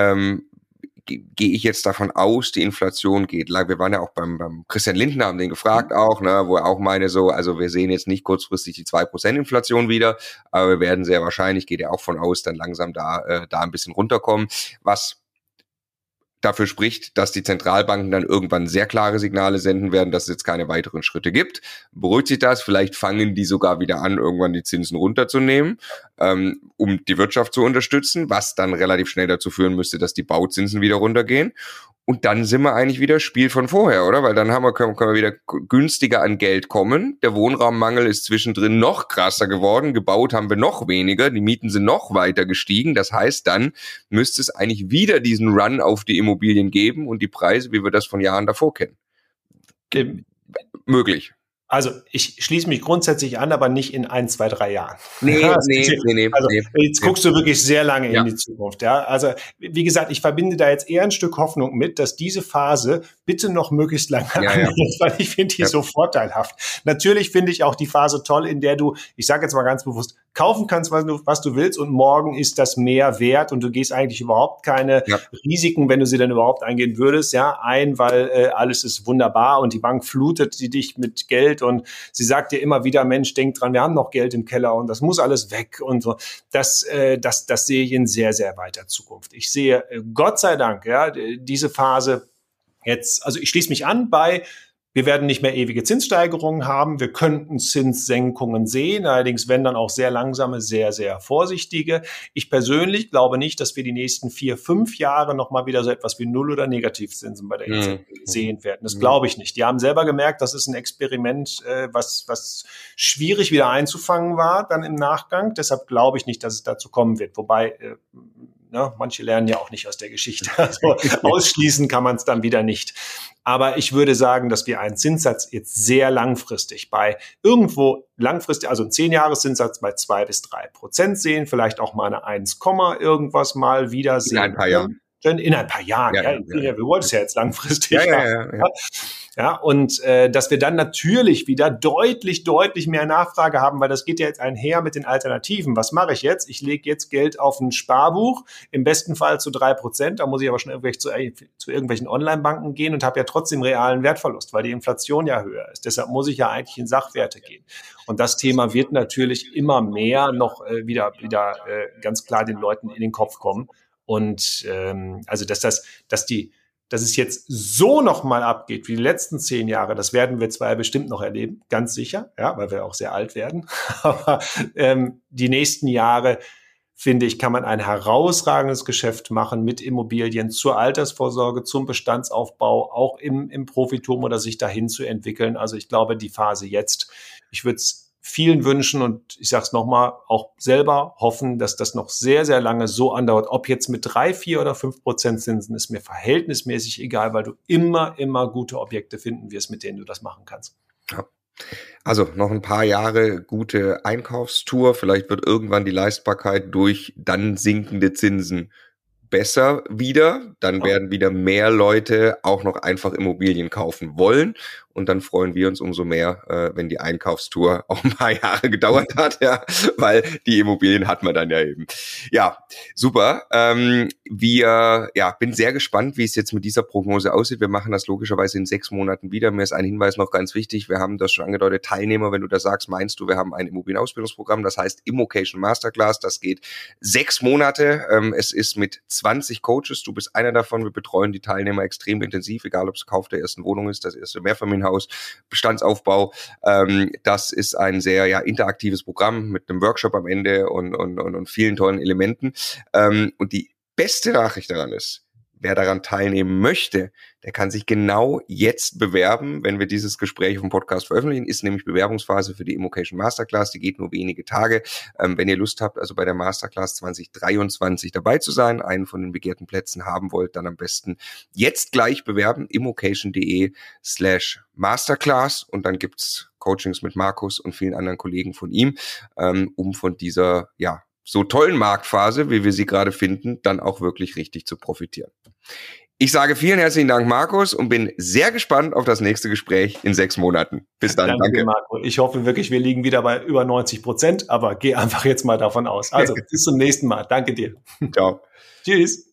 Speaker 3: gehe ich jetzt davon aus, die Inflation geht. Wir waren ja auch beim Christian Lindner, haben den gefragt auch, ne, wo er auch meine so, also wir sehen jetzt nicht kurzfristig die 2% Inflation wieder, aber wir werden sehr wahrscheinlich, geht er auch von aus, dann langsam da ein bisschen runterkommen, was dafür spricht, dass die Zentralbanken dann irgendwann sehr klare Signale senden werden, dass es jetzt keine weiteren Schritte gibt. Beruhigt sich das? Vielleicht fangen die sogar wieder an, irgendwann die Zinsen runterzunehmen, um die Wirtschaft zu unterstützen, was dann relativ schnell dazu führen müsste, dass die Bauzinsen wieder runtergehen. Und dann sind wir eigentlich wieder Spiel von vorher, oder? Weil dann können wir wieder günstiger an Geld kommen. Der Wohnraummangel ist zwischendrin noch krasser geworden. Gebaut haben wir noch weniger. Die Mieten sind noch weiter gestiegen. Das heißt, dann müsste es eigentlich wieder diesen Run auf die Immobilien geben und die Preise, wie wir das von Jahren davor kennen. Möglich.
Speaker 1: Also ich schließe mich grundsätzlich an, aber nicht in 1, 2, 3 Jahren.
Speaker 3: Nee.
Speaker 1: Also jetzt guckst du wirklich sehr lange in die Zukunft. Ja, also wie gesagt, ich verbinde da jetzt eher ein Stück Hoffnung mit, dass diese Phase bitte noch möglichst lange anhält, weil ich finde die so vorteilhaft. Natürlich finde ich auch die Phase toll, in der du, ich sage jetzt mal ganz bewusst, kaufen kannst, was du willst und morgen ist das mehr wert und du gehst eigentlich überhaupt keine Risiken, wenn du sie dann überhaupt eingehen würdest, weil alles ist wunderbar und die Bank flutet dich mit Geld und sie sagt dir immer wieder, Mensch, denk dran, wir haben noch Geld im Keller und das muss alles weg und so. Das sehe ich in sehr, sehr weiter Zukunft. Ich sehe, Gott sei Dank, diese Phase jetzt, also ich schließe mich an bei, wir werden nicht mehr ewige Zinssteigerungen haben. Wir könnten Zinssenkungen sehen, allerdings wenn dann auch sehr langsame, sehr, sehr vorsichtige. Ich persönlich glaube nicht, dass wir die nächsten 4, 5 Jahre nochmal wieder so etwas wie Null- oder Negativzinsen bei der EZB sehen werden. Das glaube ich nicht. Die haben selber gemerkt, das ist ein Experiment, was schwierig wieder einzufangen war dann im Nachgang. Deshalb glaube ich nicht, dass es dazu kommen wird. Wobei manche lernen ja auch nicht aus der Geschichte. Also ausschließen kann man es dann wieder nicht. Aber ich würde sagen, dass wir einen Zinssatz jetzt sehr langfristig also einen 10-Jahres-Zinssatz bei 2-3% sehen, vielleicht auch mal eine 1, irgendwas mal wieder sehen.
Speaker 3: In ein paar Jahren.
Speaker 1: In ein paar Jahren, wir wollten es ja jetzt langfristig haben. Ja, und dass wir dann natürlich wieder deutlich mehr Nachfrage haben, weil das geht ja jetzt einher mit den Alternativen. Was mache ich jetzt? Ich lege jetzt Geld auf ein Sparbuch, im besten Fall zu 3%, da muss ich aber schon zu irgendwelchen Online-Banken gehen und habe ja trotzdem realen Wertverlust, weil die Inflation ja höher ist. Deshalb muss ich ja eigentlich in Sachwerte gehen. Und das Thema wird natürlich immer mehr noch wieder ganz klar den Leuten in den Kopf kommen. Und also dass es jetzt so nochmal abgeht wie die letzten 10 Jahre, das werden wir zwar bestimmt noch erleben, ganz sicher, weil wir auch sehr alt werden. Aber die nächsten Jahre, finde ich, kann man ein herausragendes Geschäft machen mit Immobilien zur Altersvorsorge, zum Bestandsaufbau, auch im Profitum oder sich dahin zu entwickeln. Also ich glaube, die Phase jetzt, ich würde es vielen wünschen und ich sage es nochmal, auch selber hoffen, dass das noch sehr, sehr lange so andauert. Ob jetzt mit 3, 4 oder 5% Zinsen, ist mir verhältnismäßig egal, weil du immer gute Objekte finden wirst, mit denen du das machen kannst.
Speaker 3: Ja. Also noch ein paar Jahre gute Einkaufstour. Vielleicht wird irgendwann die Leistbarkeit durch dann sinkende Zinsen besser wieder. Dann werden wieder mehr Leute auch noch einfach Immobilien kaufen wollen. Und dann freuen wir uns umso mehr, wenn die Einkaufstour auch ein paar Jahre gedauert hat, weil die Immobilien hat man dann ja eben. Ja, super. Bin sehr gespannt, wie es jetzt mit dieser Prognose aussieht. Wir machen das logischerweise in 6 Monaten wieder. Mir ist ein Hinweis noch ganz wichtig. Wir haben das schon angedeutet, Teilnehmer, wenn du das sagst, meinst du, wir haben ein Immobilienausbildungsprogramm, das heißt Immocation Masterclass. Das geht 6 Monate. Es ist mit 20 Coaches. Du bist einer davon. Wir betreuen die Teilnehmer extrem intensiv, egal ob es Kauf der ersten Wohnung ist, das erste Mehrfamilienhaus Ferienhaus, Bestandsaufbau. Das ist ein sehr interaktives Programm mit einem Workshop am Ende und vielen tollen Elementen. Und die beste Nachricht daran ist, wer daran teilnehmen möchte, der kann sich genau jetzt bewerben, wenn wir dieses Gespräch auf dem Podcast veröffentlichen, ist nämlich Bewerbungsphase für die Immocation Masterclass, die geht nur wenige Tage. Wenn ihr Lust habt, also bei der Masterclass 2023 dabei zu sein, einen von den begehrten Plätzen haben wollt, dann am besten jetzt gleich bewerben, immocation.de/Masterclass und dann gibt's Coachings mit Markus und vielen anderen Kollegen von ihm, um von dieser, so tollen Marktphase, wie wir sie gerade finden, dann auch wirklich richtig zu profitieren. Ich sage vielen herzlichen Dank, Markus, und bin sehr gespannt auf das nächste Gespräch in 6 Monaten. Bis dann. Danke.
Speaker 1: Marco. Ich hoffe wirklich, wir liegen wieder bei über 90%, aber geh einfach jetzt mal davon aus. Also, bis zum nächsten Mal. Danke dir.
Speaker 3: Ciao.
Speaker 1: Tschüss.